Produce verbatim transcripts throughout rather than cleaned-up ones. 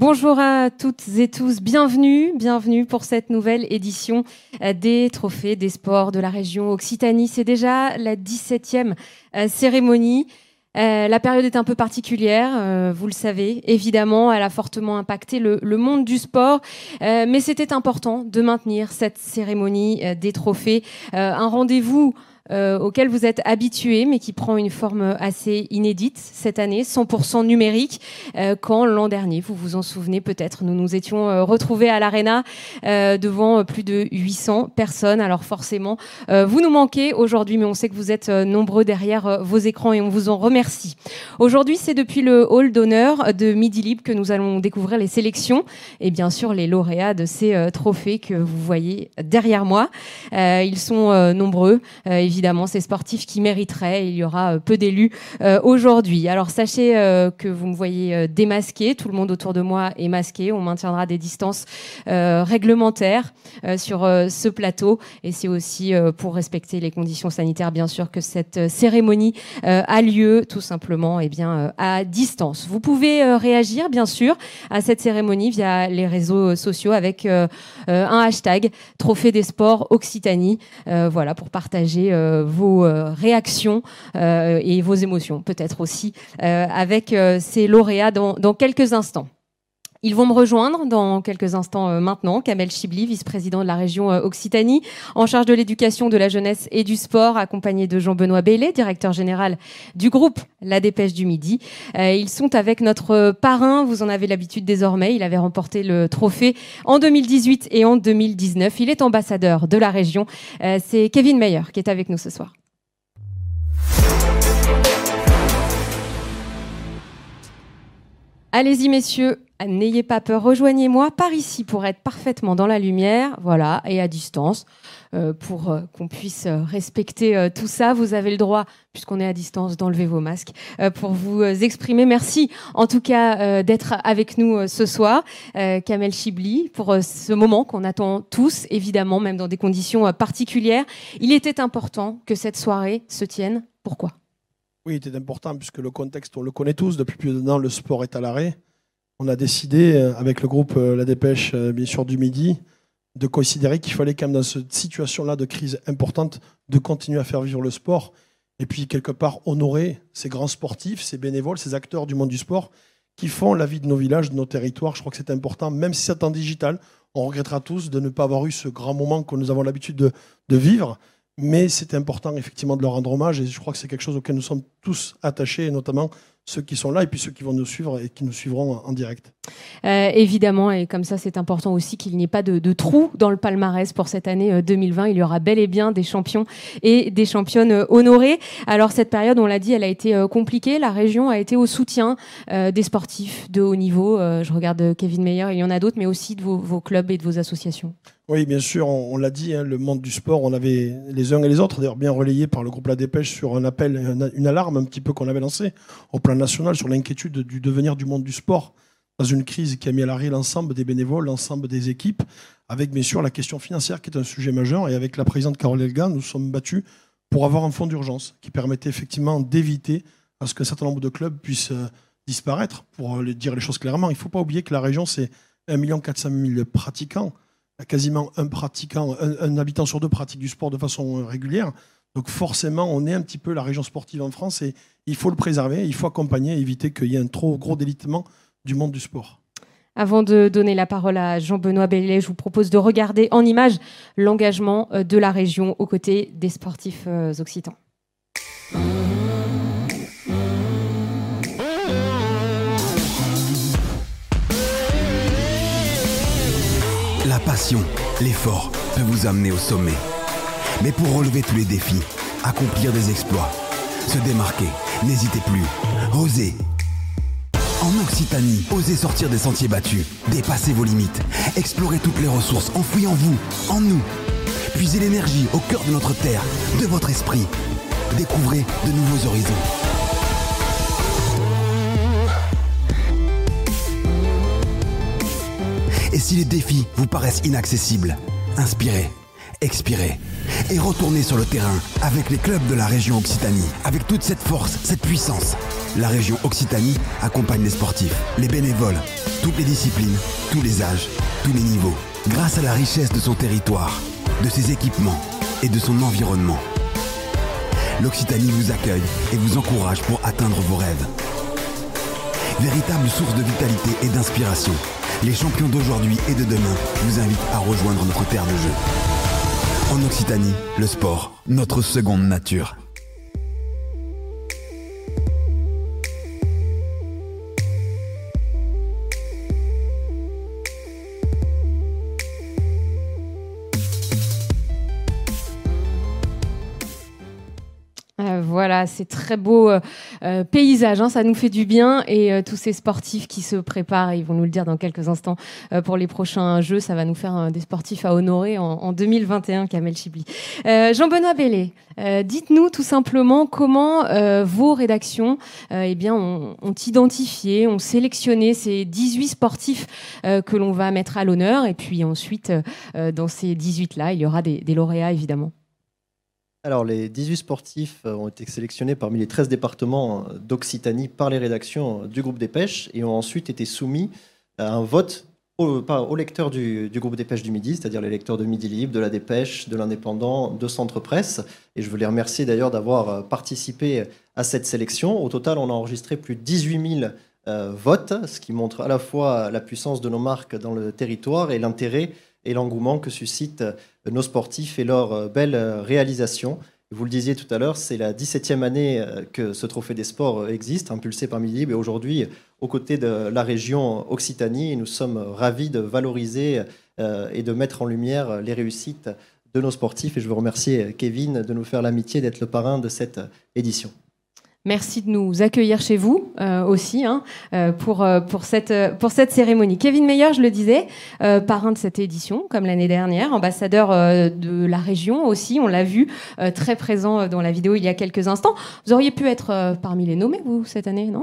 Bonjour à toutes et tous, bienvenue, bienvenue pour cette nouvelle édition des Trophées des sports de la région Occitanie. C'est déjà la dix-septième cérémonie. Euh, la période est un peu particulière, euh, vous le savez. Évidemment, elle a fortement impacté le, le monde du sport, euh, mais c'était important de maintenir cette cérémonie euh, des trophées, euh, un rendez-vous Euh, auquel vous êtes habitués, mais qui prend une forme assez inédite cette année, cent pour cent numérique, euh, quand l'an dernier, vous vous en souvenez peut-être, nous nous étions euh, retrouvés à l'Arena euh, devant plus de huit cents personnes. Alors forcément, euh, vous nous manquez aujourd'hui, mais on sait que vous êtes euh, nombreux derrière euh, vos écrans et on vous en remercie. Aujourd'hui, c'est depuis le hall d'honneur de Midi Libre que nous allons découvrir les sélections et bien sûr les lauréats de ces euh, trophées que vous voyez derrière moi. Euh, ils sont euh, nombreux, euh, évidemment, ces sportifs qui mériteraient. Il y aura peu d'élus euh, aujourd'hui. Alors, sachez euh, que vous me voyez euh, démasqué. Tout le monde autour de moi est masqué. On maintiendra des distances euh, réglementaires euh, sur euh, ce plateau. Et c'est aussi euh, pour respecter les conditions sanitaires, bien sûr, que cette euh, cérémonie euh, a lieu tout simplement eh bien, euh, à distance. Vous pouvez euh, réagir, bien sûr, à cette cérémonie via les réseaux sociaux avec euh, euh, un hashtag Trophée des sports Occitanie. Euh, voilà, pour partager euh, vos euh, réactions euh, et vos émotions, peut-être aussi, euh, avec euh, ces lauréats dans, dans quelques instants. Ils vont me rejoindre dans quelques instants euh, maintenant. Kamel Chibli, vice-président de la région euh, Occitanie, en charge de l'éducation, de la jeunesse et du sport, accompagné de Jean-Benoît Baillet, directeur général du groupe La Dépêche du Midi. Euh, ils sont avec notre parrain, vous en avez l'habitude désormais. Il avait remporté le trophée en deux mille dix-huit et en deux mille dix-neuf. Il est ambassadeur de la région. Euh, c'est Kevin Meyer qui est avec nous ce soir. Allez-y, messieurs. N'ayez pas peur, rejoignez-moi par ici pour être parfaitement dans la lumière, voilà, et à distance, euh, pour euh, qu'on puisse euh, respecter euh, tout ça. Vous avez le droit, puisqu'on est à distance, d'enlever vos masques euh, pour vous euh, exprimer. Merci en tout cas euh, d'être avec nous euh, ce soir, euh, Kamel Chibli, pour euh, ce moment qu'on attend tous, évidemment, même dans des conditions euh, particulières. Il était important que cette soirée se tienne. Pourquoi ? Oui, il était important puisque le contexte, on le connaît tous. Depuis plus d'un an, le sport est à l'arrêt. On a décidé, avec le groupe La Dépêche, bien sûr, du Midi, de considérer qu'il fallait quand même, dans cette situation-là de crise importante, de continuer à faire vivre le sport et puis, quelque part, honorer ces grands sportifs, ces bénévoles, ces acteurs du monde du sport qui font la vie de nos villages, de nos territoires. Je crois que c'est important, même si c'est en digital. On regrettera tous de ne pas avoir eu ce grand moment que nous avons l'habitude de, de vivre. Mais c'est important, effectivement, de leur rendre hommage. Et je crois que c'est quelque chose auquel nous sommes tous attachés, et notamment ceux qui sont là et puis ceux qui vont nous suivre et qui nous suivront en direct. Euh, évidemment, et comme ça, c'est important aussi qu'il n'y ait pas de, de trou dans le palmarès pour cette année deux mille vingt. Il y aura bel et bien des champions et des championnes honorées. Alors, cette période, on l'a dit, elle a été euh, compliquée. La région a été au soutien euh, des sportifs de haut niveau. Euh, je regarde Kevin Meyer, il y en a d'autres, mais aussi de vos, vos clubs et de vos associations. Oui, bien sûr, on, on l'a dit, hein, le monde du sport, on avait les uns et les autres, d'ailleurs bien relayé par le groupe La Dépêche sur un appel, une, une alarme un petit peu qu'on avait lancée au plan national sur l'inquiétude du devenir du monde du sport dans une crise qui a mis à l'arrêt l'ensemble des bénévoles, l'ensemble des équipes, avec bien sûr la question financière qui est un sujet majeur. Et avec la présidente Carole Elga, nous nous sommes battus pour avoir un fonds d'urgence qui permettait effectivement d'éviter à ce qu'un certain nombre de clubs puissent euh, disparaître. Pour euh, dire les choses clairement, il ne faut pas oublier que la région, c'est un million quatre cent mille pratiquants, quasiment un pratiquant, un, un habitant sur deux pratique du sport de façon régulière. Donc forcément, on est un petit peu la région sportive en France et il faut le préserver, il faut accompagner, éviter qu'il y ait un trop gros délitement du monde du sport. Avant de donner la parole à Jean-Benoît Baillet, je vous propose de regarder en images l'engagement de la région aux côtés des sportifs occitans. La passion, l'effort peut vous amener au sommet. Mais pour relever tous les défis, accomplir des exploits, se démarquer, n'hésitez plus, osez. En Occitanie, osez sortir des sentiers battus, dépassez vos limites, explorez toutes les ressources enfouies en vous, en nous. Puisez l'énergie au cœur de notre terre, de votre esprit. Découvrez de nouveaux horizons. Et si les défis vous paraissent inaccessibles, inspirez, expirez et retournez sur le terrain avec les clubs de la région Occitanie. Avec toute cette force, cette puissance, la région Occitanie accompagne les sportifs, les bénévoles Toutes les disciplines, tous les âges, tous les niveaux. Grâce à la richesse de son territoire, de ses équipements et de son environnement. L'Occitanie vous accueille et vous encourage pour atteindre vos rêves. Véritable source de vitalité et d'inspiration, les champions d'aujourd'hui et de demain vous invitent à rejoindre notre terre de jeu. En Occitanie, le sport, notre seconde nature. Voilà, c'est très beau euh, paysage, hein, ça nous fait du bien et euh, tous ces sportifs qui se préparent, ils vont nous le dire dans quelques instants euh, pour les prochains Jeux, ça va nous faire euh, des sportifs à honorer en, en deux mille vingt et un, Kamel Chibli. Euh, Jean-Benoît Bellé, euh, dites-nous tout simplement comment euh, vos rédactions euh, eh bien, ont, ont identifié, ont sélectionné ces dix-huit sportifs euh, que l'on va mettre à l'honneur et puis ensuite, euh, dans ces dix-huit-là, il y aura des, des lauréats évidemment. Alors, les dix-huit sportifs ont été sélectionnés parmi les treize départements d'Occitanie par les rédactions du groupe Dépêche et ont ensuite été soumis à un vote aux, aux lecteurs du, du groupe Dépêche du Midi, c'est-à-dire les lecteurs de Midi Libre, de La Dépêche, de l'Indépendant, de Centre Presse. Et je veux les remercier d'ailleurs d'avoir participé à cette sélection. Au total, on a enregistré plus de dix-huit mille euh, votes, ce qui montre à la fois la puissance de nos marques dans le territoire et l'intérêt et l'engouement que suscitent nos sportifs et leurs belles réalisations. Vous le disiez tout à l'heure, c'est la dix-septième année que ce trophée des sports existe, impulsé par Midi Libre, et aujourd'hui, aux côtés de la région Occitanie, nous sommes ravis de valoriser et de mettre en lumière les réussites de nos sportifs. Et je veux remercier Kevin de nous faire l'amitié d'être le parrain de cette édition. Merci de nous accueillir chez vous euh, aussi hein, euh, pour, euh, pour, cette, euh, pour cette cérémonie. Kevin Meyer, je le disais, euh, parrain de cette édition, comme l'année dernière, ambassadeur euh, de la région aussi, on l'a vu, euh, très présent dans la vidéo il y a quelques instants. Vous auriez pu être euh, parmi les nommés, vous, cette année, non ?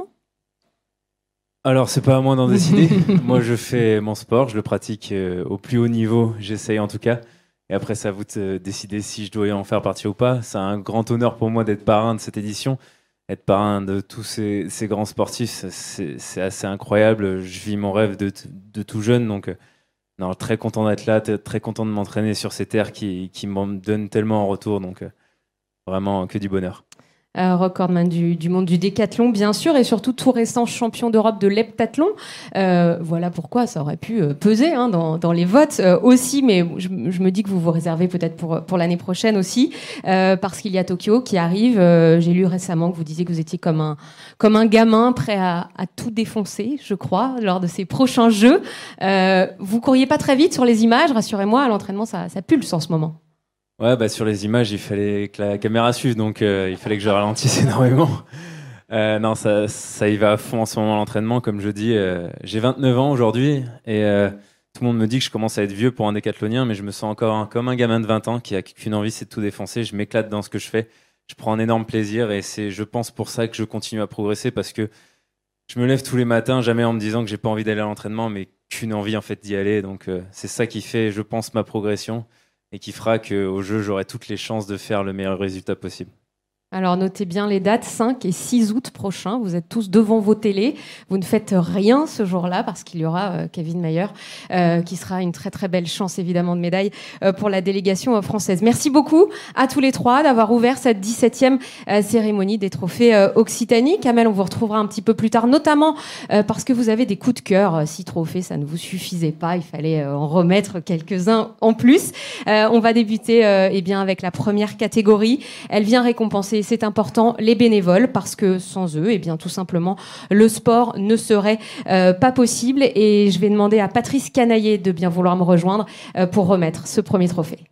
Alors, c'est pas à moi d'en décider. Moi, je fais mon sport, je le pratique euh, au plus haut niveau, j'essaye en tout cas. Et après, c'est à vous de décider si je dois en faire partie ou pas. C'est un grand honneur pour moi d'être parrain de cette édition. Être parrain de tous ces, ces grands sportifs, c'est, c'est assez incroyable. Je vis mon rêve de, de tout jeune, donc non, très content d'être là, très content de m'entraîner sur ces terres qui, qui m'en donnent tellement en retour, donc vraiment que du bonheur. Euh, recordman du, du monde du décathlon, bien sûr, et surtout tout récent champion d'Europe de l'heptathlon. Euh, voilà pourquoi ça aurait pu euh, peser hein, dans, dans les votes euh, aussi, mais je, je me dis que vous vous réservez peut-être pour, pour l'année prochaine aussi, euh, parce qu'il y a Tokyo qui arrive. Euh, j'ai lu récemment que vous disiez que vous étiez comme un, comme un gamin prêt à, à tout défoncer, je crois, lors de ces prochains Jeux. Euh, vous couriez pas très vite sur les images, rassurez-moi, à l'entraînement, ça, ça pulse en ce moment. Ouais, bah sur les images, il fallait que la caméra suive, donc euh, il fallait que je ralentisse énormément. Euh, non, ça, ça y va à fond en ce moment l'entraînement, comme je dis. Euh, j'ai vingt-neuf ans aujourd'hui et euh, tout le monde me dit que je commence à être vieux pour un décathlonien, mais je me sens encore un, comme un gamin de vingt ans qui a qu'une envie, c'est de tout défoncer. Je m'éclate dans ce que je fais, je prends un énorme plaisir et c'est, je pense, pour ça que je continue à progresser parce que je me lève tous les matins, jamais en me disant que j'ai pas envie d'aller à l'entraînement, mais qu'une envie en fait d'y aller. Donc euh, c'est ça qui fait, je pense, ma progression. Et qui fera qu'au jeu, j'aurai toutes les chances de faire le meilleur résultat possible. Alors notez bien les dates, cinq et six août prochains. Vous êtes tous devant vos télés. Vous ne faites rien ce jour-là parce qu'il y aura euh, Kevin Meyer euh, qui sera une très très belle chance évidemment de médaille euh, pour la délégation euh, française. Merci beaucoup à tous les trois d'avoir ouvert cette dix-septième euh, cérémonie des trophées euh, Occitanie. Kamel, on vous retrouvera un petit peu plus tard, notamment euh, parce que vous avez des coups de cœur. Six trophées, ça ne vous suffisait pas. Il fallait euh, en remettre quelques-uns en plus. Euh, on va débuter euh, eh bien, avec la première catégorie. Elle vient récompenser, c'est important, les bénévoles, parce que sans eux, eh bien, tout simplement, le sport ne serait euh, pas possible. Et je vais demander à Patrice Canaillé de bien vouloir me rejoindre euh, pour remettre ce premier trophée.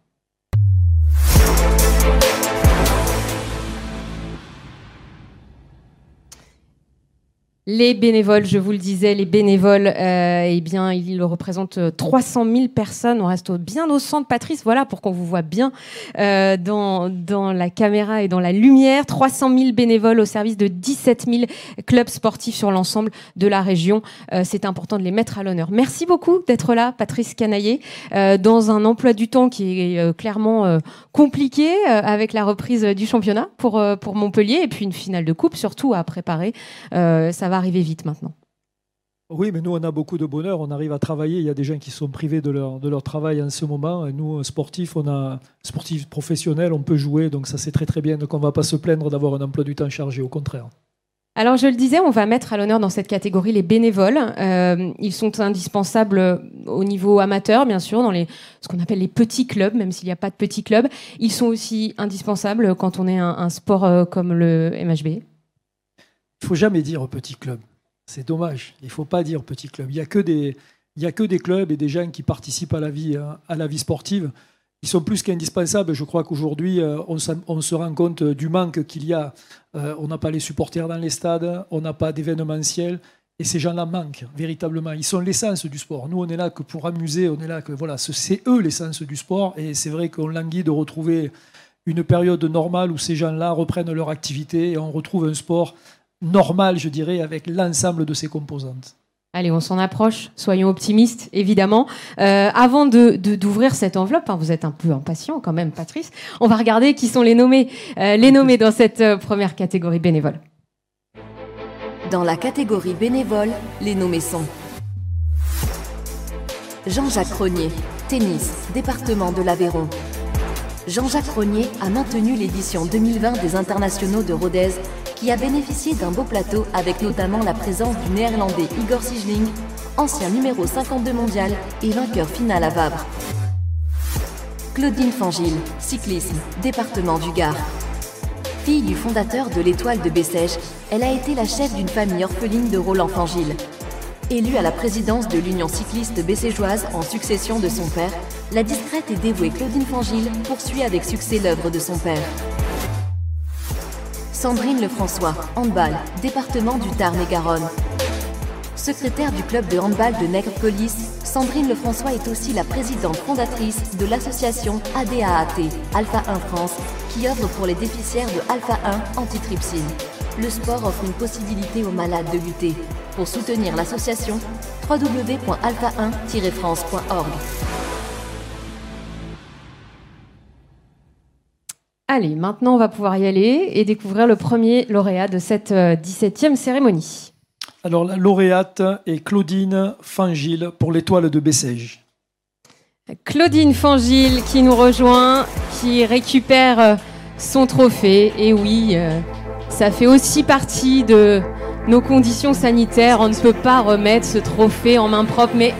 Les bénévoles, je vous le disais, les bénévoles, euh, eh bien, ils représentent trois cent mille personnes. On reste bien au centre, Patrice, voilà, pour qu'on vous voit bien euh, dans, dans la caméra et dans la lumière. trois cent mille bénévoles au service de dix-sept mille clubs sportifs sur l'ensemble de la région. Euh, c'est important de les mettre à l'honneur. Merci beaucoup d'être là, Patrice Canaillé, euh, dans un emploi du temps qui est euh, clairement euh, compliqué euh, avec la reprise du championnat pour, euh, pour Montpellier et puis une finale de coupe surtout à préparer. Euh, ça va arriver vite maintenant. Oui, mais nous, on a beaucoup de bonheur. On arrive à travailler. Il y a des gens qui sont privés de leur, de leur travail en ce moment. Et nous, sportifs, on a sportifs professionnels, on peut jouer. Donc ça, c'est très, très bien. Donc on ne va pas se plaindre d'avoir un emploi du temps chargé. Au contraire. Alors, je le disais, on va mettre à l'honneur dans cette catégorie les bénévoles. Euh, ils sont indispensables au niveau amateur, bien sûr, dans les, ce qu'on appelle les petits clubs, même s'il n'y a pas de petits clubs. Ils sont aussi indispensables quand on est un, un sport euh, comme le M H B. Il ne faut jamais dire petit club. C'est dommage. Il ne faut pas dire petit club. Il n'y a que des, il y a que des clubs et des gens qui participent à la vie, à la vie sportive. Ils sont plus qu'indispensables. Je crois qu'aujourd'hui, on, on se rend compte du manque qu'il y a. Euh, on n'a pas les supporters dans les stades, on n'a pas d'événementiel. Et ces gens-là manquent, véritablement. Ils sont l'essence du sport. Nous, on est là que pour amuser, on est là que voilà, c'est eux l'essence du sport. Et c'est vrai qu'on languit de retrouver une période normale où ces gens-là reprennent leur activité et on retrouve un sport normal, je dirais, avec l'ensemble de ses composantes. Allez, on s'en approche, soyons optimistes, évidemment. Euh, avant de, de, d'ouvrir cette enveloppe, hein, vous êtes un peu impatient quand même, Patrice, on va regarder qui sont les nommés, euh, les nommés dans cette euh, première catégorie bénévole. Dans la catégorie bénévole, les nommés sont Jean-Jacques Rognier, tennis, département de l'Aveyron. Jean-Jacques Rognier a maintenu l'édition deux mille vingt des internationaux de Rodez, qui a bénéficié d'un beau plateau avec notamment la présence du néerlandais Igor Sijling, ancien numéro cinquante-deux mondial et vainqueur final à Vabre. Claudine Fangil, cyclisme, département du Gard. Fille du fondateur de l'Étoile de Bessèges, elle a été la chef d'une famille orpheline de Roland Fangil. Élue à la présidence de l'Union cycliste bességeoise en succession de son père, la discrète et dévouée Claudine Fangil poursuit avec succès l'œuvre de son père. Sandrine Lefrançois, handball, département du Tarn-et-Garonne. Secrétaire du club de handball de Nègrepelisse, Sandrine Lefrançois est aussi la présidente fondatrice de l'association A D A A T, Alpha un France, qui œuvre pour les déficiaires de Alpha un antitrypsine. Le sport offre une possibilité aux malades de lutter. Pour soutenir l'association, w w w point alpha un tiret france point org. Allez, maintenant on va pouvoir y aller et découvrir le premier lauréat de cette dix-septième cérémonie. Alors la lauréate est Claudine Fangil pour l'Étoile de Bessèges. Claudine Fangil qui nous rejoint, qui récupère son trophée. Et oui, euh, ça fait aussi partie de nos conditions sanitaires. On ne peut pas remettre ce trophée en main propre, mais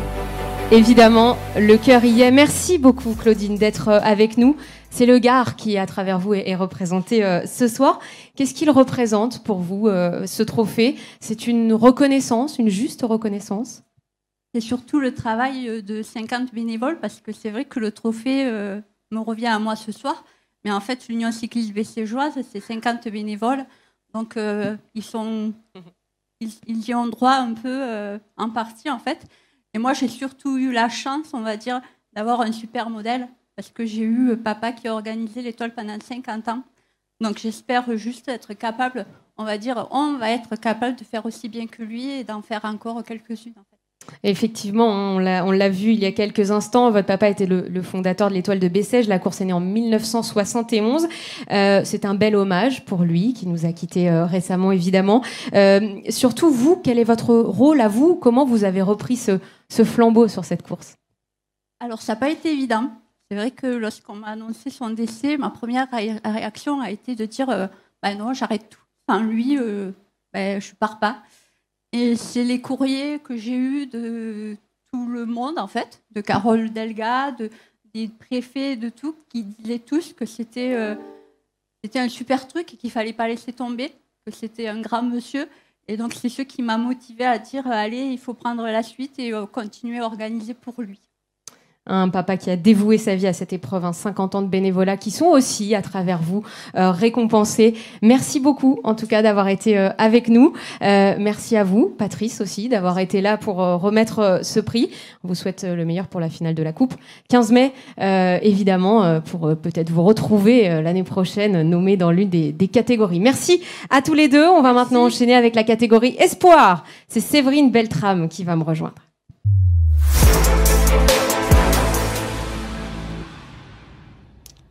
évidemment, le cœur y est. Merci beaucoup Claudine d'être avec nous. C'est le Gard qui, à travers vous, est représenté euh, ce soir. Qu'est-ce qu'il représente pour vous, euh, ce trophée ? C'est une reconnaissance, une juste reconnaissance ? C'est surtout le travail de cinquante bénévoles, parce que c'est vrai que le trophée euh, me revient à moi ce soir. Mais en fait, l'Union cycliste bességeoise, c'est cinquante bénévoles. Donc, euh, ils, sont, ils, ils y ont droit un peu euh, en partie, en fait. Et moi, j'ai surtout eu la chance, on va dire, d'avoir un super modèle. Parce que j'ai eu papa qui a organisé l'étoile pendant cinquante ans. Donc j'espère juste être capable, on va dire, on va être capable de faire aussi bien que lui et d'en faire encore quelques-unes. En fait. Effectivement, on l'a, on l'a vu il y a quelques instants. Votre papa était le, le fondateur de l'étoile de Bessèges. La course est née en mille neuf cent soixante et onze. Euh, c'est un bel hommage pour lui, qui nous a quittés euh, récemment, évidemment. Euh, surtout, vous, quel est votre rôle à vous ? Comment vous avez repris ce, ce flambeau sur cette course ? Alors, ça n'a pas été évident. C'est vrai que lorsqu'on m'a annoncé son décès, ma première ré- réaction a été de dire euh, bah non, j'arrête tout. Sans lui, euh, bah, je ne pars pas. Et c'est les courriers que j'ai eus de tout le monde, en fait, de Carole Delga, de, des préfets, de tout, qui disaient tous que c'était, euh, c'était un super truc et qu'il ne fallait pas laisser tomber, que c'était un grand monsieur. Et donc, c'est ce qui m'a motivée à dire allez, il faut prendre la suite et euh, continuer à organiser pour lui. Un papa qui a dévoué sa vie à cette épreuve, hein, cinquante ans de bénévolat qui sont aussi, à travers vous, euh, récompensés. Merci beaucoup, en tout cas, d'avoir été euh, avec nous. Euh, merci à vous, Patrice, aussi, d'avoir été là pour euh, remettre euh, ce prix. On vous souhaite euh, le meilleur pour la finale de la Coupe. quinze mai, euh, évidemment, euh, pour euh, peut-être vous retrouver euh, l'année prochaine, nommé dans l'une des, des catégories. Merci à tous les deux. On va maintenant merci. enchaîner avec la catégorie Espoir. C'est Séverine Beltrame qui va me rejoindre.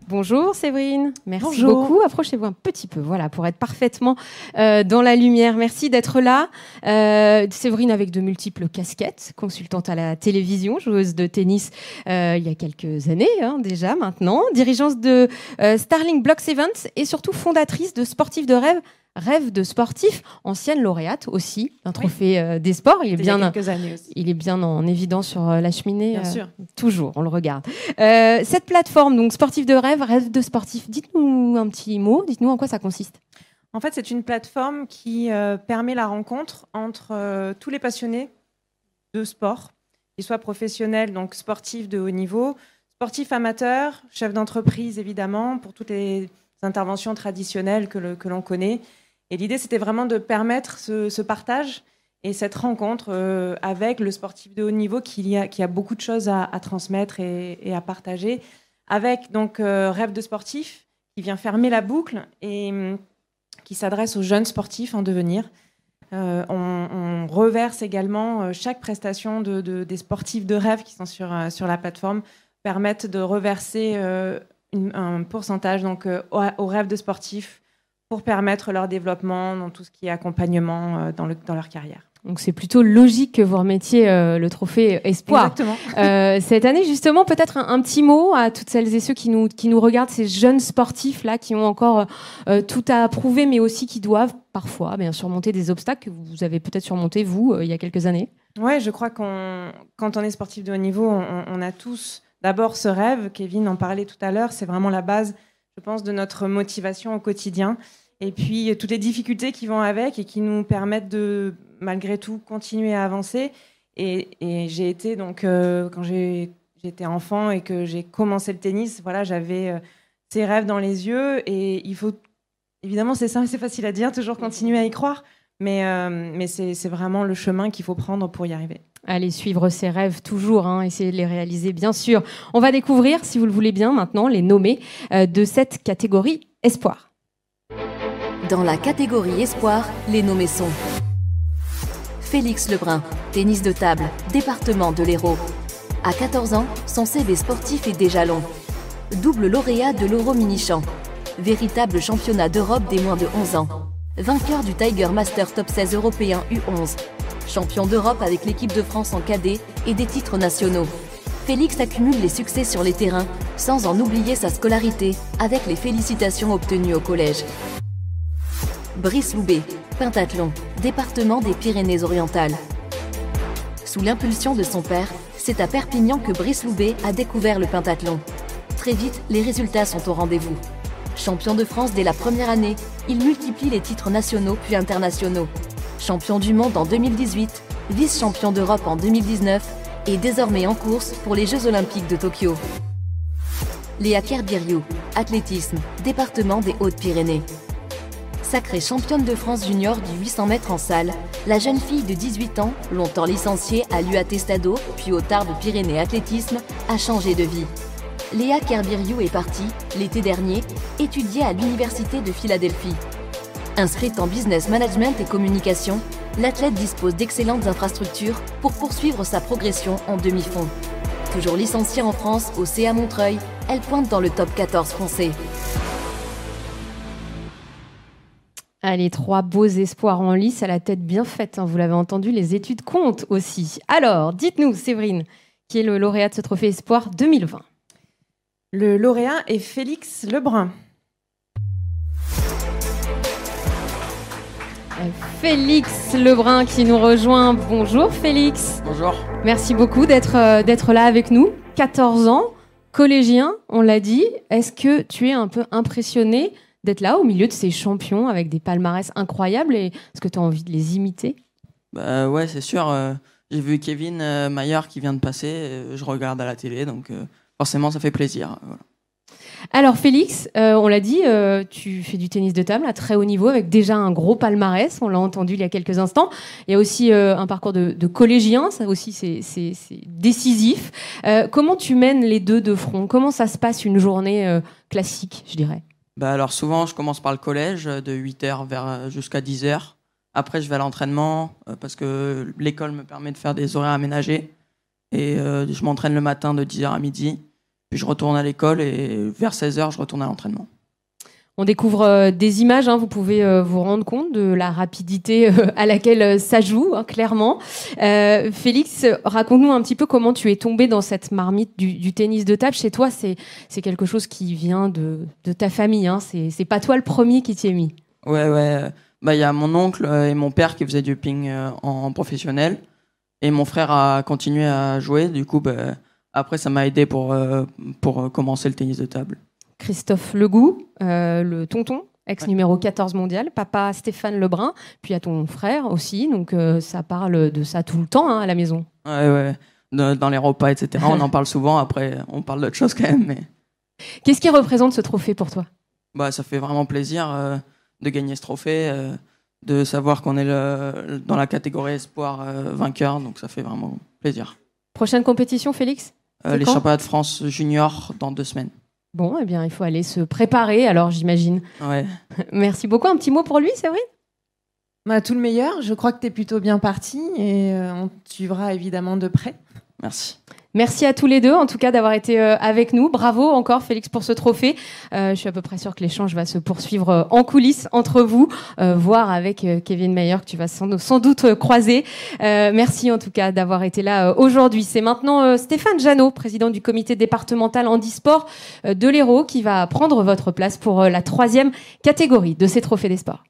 Bonjour Séverine, merci Bonjour. beaucoup. Approchez-vous un petit peu, voilà, pour être parfaitement euh, dans la lumière. Merci d'être là. Euh, Séverine avec de multiples casquettes, consultante à la télévision, joueuse de tennis euh, il y a quelques années hein, déjà maintenant, dirigeante de euh, Starling Blocks Events et surtout fondatrice de Sportifs de Rêve. Rêve de sportif, ancienne lauréate aussi d'un trophée oui. euh, des sports. Il est, bien, il y a quelques années aussi. Il est bien en évidence sur euh, la cheminée. Bien euh, sûr. Toujours, on le regarde. Euh, cette plateforme, donc Sportifs de Rêve, Rêve de sportif, dites-nous un petit mot, dites-nous en quoi ça consiste. En fait, c'est une plateforme qui euh, permet la rencontre entre euh, tous les passionnés de sport, qu'ils soient professionnels, donc sportifs de haut niveau, sportifs amateurs, chefs d'entreprise évidemment, pour toutes les interventions traditionnelles que, le, que l'on connaît. Et l'idée, c'était vraiment de permettre ce, ce partage et cette rencontre euh, avec le sportif de haut niveau qui a, qui a beaucoup de choses à, à transmettre et, et à partager, avec donc euh, Rêve de sportif qui vient fermer la boucle et euh, qui s'adresse aux jeunes sportifs en devenir. Euh, on, on reverse également euh, chaque prestation de, de, des sportifs de rêve qui sont sur, euh, sur la plateforme, permettent de reverser euh, une, un pourcentage donc, euh, aux, aux rêves de sportifs pour permettre leur développement dans tout ce qui est accompagnement euh, dans, le, dans leur carrière. Donc c'est plutôt logique que vous remettiez euh, le trophée Espoir. Exactement. Euh, cette année, justement, peut-être un, un petit mot à toutes celles et ceux qui nous, qui nous regardent, ces jeunes sportifs là, qui ont encore euh, tout à prouver, mais aussi qui doivent parfois bien, surmonter des obstacles que vous avez peut-être surmontés, vous, euh, il y a quelques années. Oui, je crois qu'on, quand on est sportif de haut niveau, on, on a tous d'abord ce rêve. Kevin en parlait tout à l'heure, c'est vraiment la base, je pense, de notre motivation au quotidien. Et puis, toutes les difficultés qui vont avec et qui nous permettent de, malgré tout, continuer à avancer. Et, et j'ai été, donc, euh, quand j'ai, j'étais enfant et que j'ai commencé le tennis, voilà, j'avais euh, ces rêves dans les yeux. Et il faut, évidemment, c'est ça, c'est facile à dire, toujours continuer à y croire. Mais, euh, mais c'est, c'est vraiment le chemin qu'il faut prendre pour y arriver. Allez suivre ses rêves toujours, hein, essayer de les réaliser, bien sûr. On va découvrir, si vous le voulez bien, maintenant, les nommés euh, de cette catégorie Espoir. Dans la catégorie Espoir, les nommés sont Félix Lebrun, tennis de table, département de l'Hérault. À quatorze ans, son C V sportif est déjà long. Double lauréat de l'Euro Mini-Champ. Véritable championnat d'Europe des moins de onze ans. Vainqueur du Tiger Master Top seize européen U onze. Champion d'Europe avec l'équipe de France en cadet et des titres nationaux. Félix accumule les succès sur les terrains, sans en oublier sa scolarité, avec les félicitations obtenues au collège. Brice Loubet, pentathlon, département des Pyrénées-Orientales. Sous l'impulsion de son père, c'est à Perpignan que Brice Loubet a découvert le pentathlon. Très vite, les résultats sont au rendez-vous. Champion de France dès la première année, il multiplie les titres nationaux puis internationaux. Champion du monde en deux mille dix-huit, vice-champion d'Europe en deux mille dix-neuf et désormais en course pour les Jeux Olympiques de Tokyo. Léa Kerbiriou, athlétisme, département des Hautes-Pyrénées. Sacrée championne de France junior du huit cents mètres en salle, la jeune fille de dix-huit ans, longtemps licenciée à l'U A T Stadeau, puis au Tarbes Pyrénées Athlétisme, a changé de vie. Léa Kerbiriou est partie, l'été dernier, étudier à l'Université de Philadelphie. Inscrite en business management et communication, l'athlète dispose d'excellentes infrastructures pour poursuivre sa progression en demi-fond. Toujours licenciée en France au C A Montreuil, elle pointe dans le top quatorze français. Allez, trois beaux espoirs en lice à la tête bien faite. Hein, vous l'avez entendu, les études comptent aussi. Alors, dites-nous, Séverine, qui est le lauréat de ce trophée Espoir deux mille vingt. Le lauréat est Félix Lebrun. Félix Lebrun qui nous rejoint. Bonjour Félix. Bonjour. Merci beaucoup d'être, euh, d'être là avec nous. quatorze ans, collégien, on l'a dit. Est-ce que tu es un peu impressionné d'être là au milieu de ces champions avec des palmarès incroyables et est-ce que tu as envie de les imiter? Bah ouais, c'est sûr. Euh, j'ai vu Kevin euh, Maillard qui vient de passer. Euh, je regarde à la télé, donc euh, forcément, ça fait plaisir. Voilà. Alors Félix, euh, on l'a dit, euh, tu fais du tennis de table à très haut niveau avec déjà un gros palmarès, on l'a entendu il y a quelques instants. Il y a aussi euh, un parcours de, de collégien, ça aussi c'est, c'est, c'est décisif. Euh, comment tu mènes les deux de front? Comment ça se passe une journée euh, classique, je dirais? Bah alors souvent, je commence par le collège, de huit heures vers, jusqu'à dix heures. Après, je vais à l'entraînement euh, parce que l'école me permet de faire des horaires aménagés. Et euh, je m'entraîne le matin de dix heures à midi. Puis je retourne à l'école et vers seize heures, je retourne à l'entraînement. On découvre euh, des images, hein, vous pouvez euh, vous rendre compte de la rapidité euh, à laquelle euh, ça joue, hein, clairement. Euh, Félix, raconte-nous un petit peu comment tu es tombé dans cette marmite du, du tennis de table. Chez toi, c'est, c'est quelque chose qui vient de, de ta famille, hein. c'est, c'est pas toi le premier qui t'y est mis. Ouais, ouais. Bah, y a mon oncle et mon père qui faisaient du ping euh, en, en professionnel. Et mon frère a continué à jouer. Du coup, bah, après, ça m'a aidé pour, euh, pour commencer le tennis de table. Christophe Legout, euh, le tonton, ex numéro quatorze mondial, papa Stéphane Lebrun, puis à ton frère aussi, donc euh, ça parle de ça tout le temps, hein, à la maison. Ouais, ouais, de, dans les repas, et cetera. On en parle souvent, après on parle d'autres choses quand même. Mais... Qu'est-ce qui représente ce trophée pour toi ? Bah, ça fait vraiment plaisir euh, de gagner ce trophée, euh, de savoir qu'on est le, dans la catégorie espoir euh, vainqueur, donc ça fait vraiment plaisir. Prochaine compétition, Félix ? euh, Les championnats de France junior dans deux semaines. Bon, eh bien, il faut aller se préparer, alors j'imagine. Ouais. Merci beaucoup. Un petit mot pour lui, Séverine ? Bah, tout le meilleur. Je crois que tu es plutôt bien parti et euh, on te suivra évidemment de près. Merci. Merci à tous les deux, en tout cas, d'avoir été euh, avec nous. Bravo encore, Félix, pour ce trophée. Euh, je suis à peu près sûre que l'échange va se poursuivre euh, en coulisses entre vous, euh, voire avec euh, Kevin Mayer, que tu vas sans, sans doute euh, croiser. Euh, merci en tout cas d'avoir été là euh, aujourd'hui. C'est maintenant euh, Stéphane Jeannot, président du comité départemental handisport euh, de l'Hérault, qui va prendre votre place pour euh, la troisième catégorie de ces trophées des sports.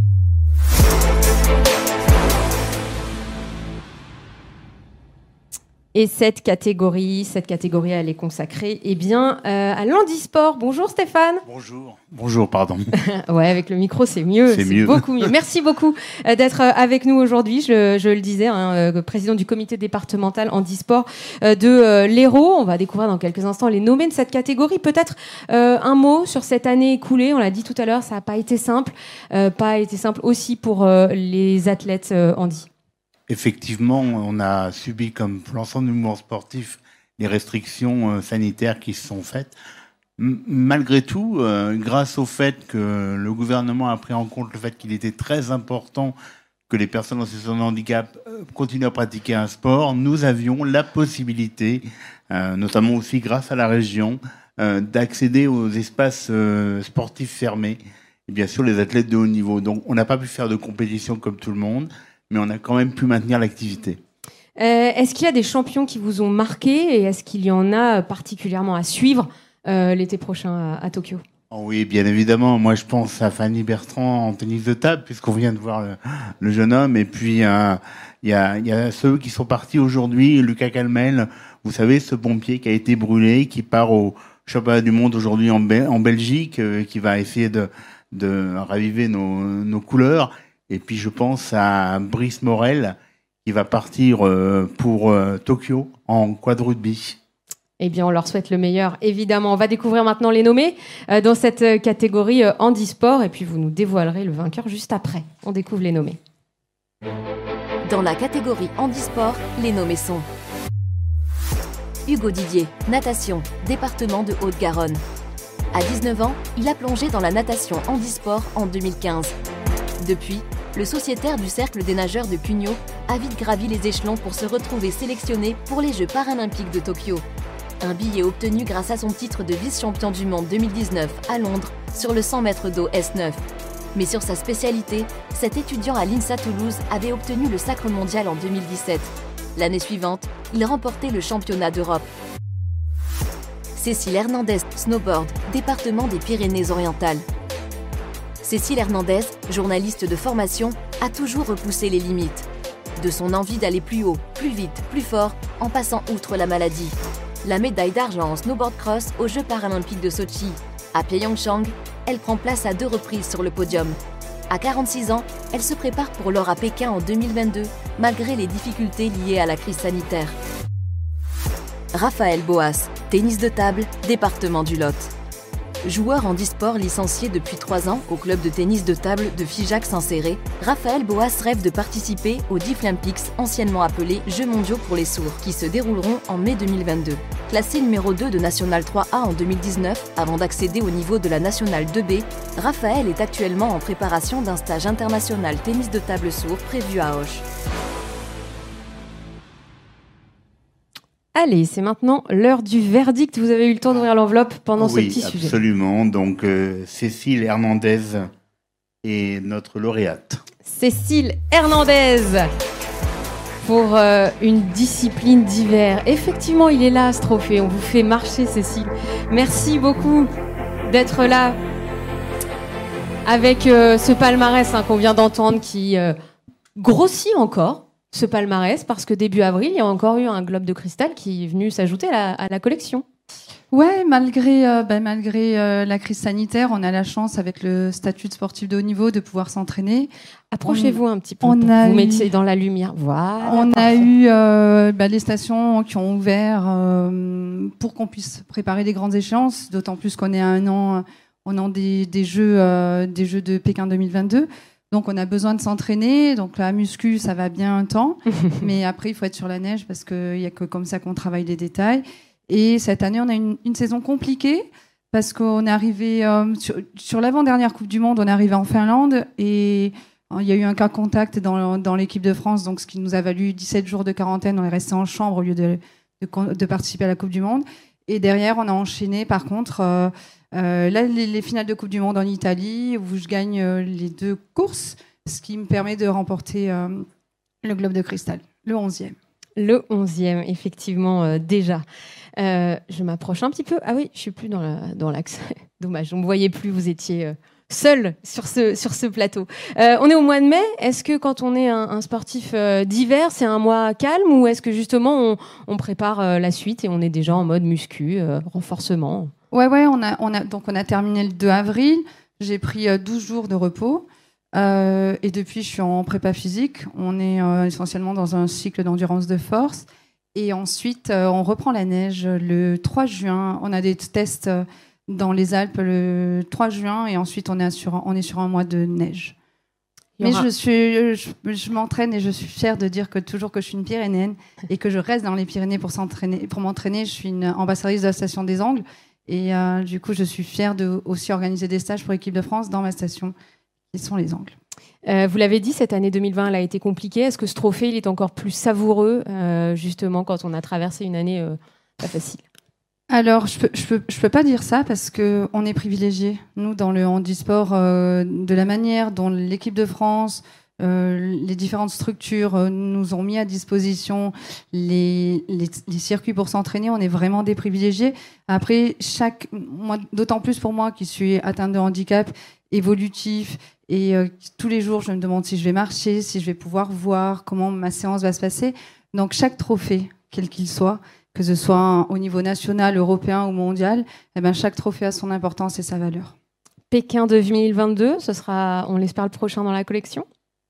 Et cette catégorie, cette catégorie, elle est consacrée eh bien, euh, à l'handisport. Bonjour Stéphane. Bonjour. Bonjour, pardon. Ouais, avec le micro, c'est mieux. C'est, c'est mieux. beaucoup mieux. Merci beaucoup euh, d'être euh, avec nous aujourd'hui. Je, je le disais, hein, euh, président du comité départemental handisport euh, de euh, l'Hérault. On va découvrir dans quelques instants les nommés de cette catégorie. Peut-être euh, un mot sur cette année écoulée. On l'a dit tout à l'heure, ça n'a pas été simple. Euh, pas été simple aussi pour euh, les athlètes euh, handi. Effectivement, on a subi, comme l'ensemble du mouvement sportif, les restrictions euh, sanitaires qui se sont faites. M- malgré tout, euh, grâce au fait que le gouvernement a pris en compte le fait qu'il était très important que les personnes en situation de handicap euh, continuent à pratiquer un sport, nous avions la possibilité, euh, notamment aussi grâce à la région, euh, d'accéder aux espaces euh, sportifs fermés, et bien sûr les athlètes de haut niveau. Donc on n'a pas pu faire de compétition comme tout le monde, mais on a quand même pu maintenir l'activité. Euh, est-ce qu'il y a des champions qui vous ont marqué et est-ce qu'il y en a particulièrement à suivre euh, l'été prochain à, à Tokyo ? Oh oui, bien évidemment. Moi, je pense à Fanny Bertrand en tennis de table, puisqu'on vient de voir le, le jeune homme. Et puis, il euh, y, a, y a ceux qui sont partis aujourd'hui. Lucas Calmel, vous savez, ce pompier qui a été brûlé, qui part au championnat du monde aujourd'hui en, Be- en Belgique, euh, qui va essayer de, de raviver nos, nos couleurs. Et puis je pense à Brice Morel qui va partir euh, pour euh, Tokyo en quad rugby. Eh bien, on leur souhaite le meilleur, évidemment. On va découvrir maintenant les nommés euh, dans cette euh, catégorie euh, handisport et puis vous nous dévoilerez le vainqueur juste après. On découvre les nommés. Dans la catégorie handisport, les nommés sont Hugo Didier, natation, département de Haute-Garonne. À dix-neuf ans, il a plongé dans la natation handisport en deux mille quinze. Depuis, le sociétaire du Cercle des nageurs de Cugnot a vite gravi les échelons pour se retrouver sélectionné pour les Jeux paralympiques de Tokyo. Un billet obtenu grâce à son titre de vice-champion du monde deux mille dix-neuf à Londres sur le cent mètres d'eau S neuf. Mais sur sa spécialité, cet étudiant à l'INSA Toulouse avait obtenu le sacre mondial en deux mille dix-sept. L'année suivante, il remportait le championnat d'Europe. Cécile Hernandez, snowboard, département des Pyrénées-Orientales. Cécile Hernandez, journaliste de formation, a toujours repoussé les limites. De son envie d'aller plus haut, plus vite, plus fort, en passant outre la maladie. La médaille d'argent en snowboard cross aux Jeux paralympiques de Sochi. À Pyeongchang, elle prend place à deux reprises sur le podium. À quarante-six ans, elle se prépare pour l'or à Pékin en deux mille vingt-deux, malgré les difficultés liées à la crise sanitaire. Raphaël Boas, tennis de table, département du Lot. Joueur handisport licencié depuis trois ans au club de tennis de table de Figeac-Saint-Céré, Raphaël Boas rêve de participer aux Deaflympics, anciennement appelés Jeux mondiaux pour les sourds, qui se dérouleront en mai deux mille vingt-deux. Classé numéro deux de National trois A en deux mille dix-neuf, avant d'accéder au niveau de la National deux B, Raphaël est actuellement en préparation d'un stage international tennis de table sourd prévu à Auch. Allez, c'est maintenant l'heure du verdict. Vous avez eu le temps d'ouvrir l'enveloppe pendant oui, ce petit sujet. Oui, absolument. Donc, euh, Cécile Hernandez est notre lauréate. Cécile Hernandez pour euh, une discipline d'hiver. Effectivement, il est là, ce trophée. On vous fait marcher, Cécile. Merci beaucoup d'être là avec euh, ce palmarès hein, qu'on vient d'entendre qui euh, grossit encore. Ce palmarès, parce que début avril, il y a encore eu un globe de cristal qui est venu s'ajouter à la, à la collection. Ouais, malgré, euh, bah, malgré euh, la crise sanitaire, on a la chance, avec le statut de sportif de haut niveau, de pouvoir s'entraîner. Approchez-vous on, un petit peu on pour a que vous eu, mettiez dans la lumière. Voilà, on parfait. a eu euh, bah, les stations qui ont ouvert euh, pour qu'on puisse préparer les grandes échéances, d'autant plus qu'on est à un an, on a des, des, jeux, euh, des Jeux de Pékin deux mille vingt-deux. Donc, on a besoin de s'entraîner. Donc, la muscu, ça va bien un temps. Mais après, il faut être sur la neige parce qu'il n'y a que comme ça qu'on travaille les détails. Et cette année, on a une, une saison compliquée parce qu'on est arrivé euh, sur, sur l'avant-dernière Coupe du Monde, on est arrivé en Finlande et il y a eu un cas contact dans, dans l'équipe de France, donc ce qui nous a valu dix-sept jours de quarantaine. On est resté en chambre au lieu de, de, de participer à la Coupe du Monde. Et derrière, on a enchaîné, par contre... Euh, Euh, là, les, les finales de Coupe du Monde en Italie, où je gagne euh, les deux courses, ce qui me permet de remporter euh, le globe de cristal, le onzième. Le onzième, effectivement, euh, déjà. Euh, je m'approche un petit peu. Ah oui, je suis plus dans, la, dans l'axe. Dommage, on ne me voyait plus, vous étiez euh, seul sur ce, sur ce plateau. Euh, on est au mois de mai. Est-ce que quand on est un, un sportif euh, d'hiver, c'est un mois calme ou est-ce que justement on, on prépare euh, la suite et on est déjà en mode muscu, euh, renforcement ? Ouais, ouais, on a, on a, donc on a terminé le deux avril. J'ai pris euh, douze jours de repos. Euh, et depuis, je suis en prépa physique. On est euh, essentiellement dans un cycle d'endurance de force. Et ensuite, euh, on reprend la neige le trois juin. On a des tests dans les Alpes le trois juin. Et ensuite, on est sur, on est sur un mois de neige. Mais je, suis, je, je m'entraîne et je suis fière de dire que toujours que je suis une Pyrénéenne et que je reste dans les Pyrénées pour, s'entraîner, pour m'entraîner. Je suis une ambassadrice de la station des Angles. Et euh, du coup, je suis fière de aussi organiser des stages pour l'équipe de France dans ma station, qui sont les Angles. Euh, vous l'avez dit, cette année deux mille vingt, elle a été compliquée. Est-ce que ce trophée, il est encore plus savoureux, euh, justement, quand on a traversé une année euh, pas facile ? Alors, je peux, je peux, je peux pas dire ça parce que on est privilégiés, nous, dans le handisport, euh, de la manière dont l'équipe de France, Euh, les différentes structures euh, nous ont mis à disposition les, les, les circuits pour s'entraîner. On est vraiment des privilégiés. Après, chaque, moi, d'autant plus pour moi qui suis atteinte de handicap évolutif et euh, tous les jours je me demande si je vais marcher, si je vais pouvoir voir comment ma séance va se passer. Donc chaque trophée, quel qu'il soit, que ce soit au niveau national, européen ou mondial, eh ben, chaque trophée a son importance et sa valeur. Pékin deux mille vingt-deux, ce sera, on l'espère, le prochain dans la collection ?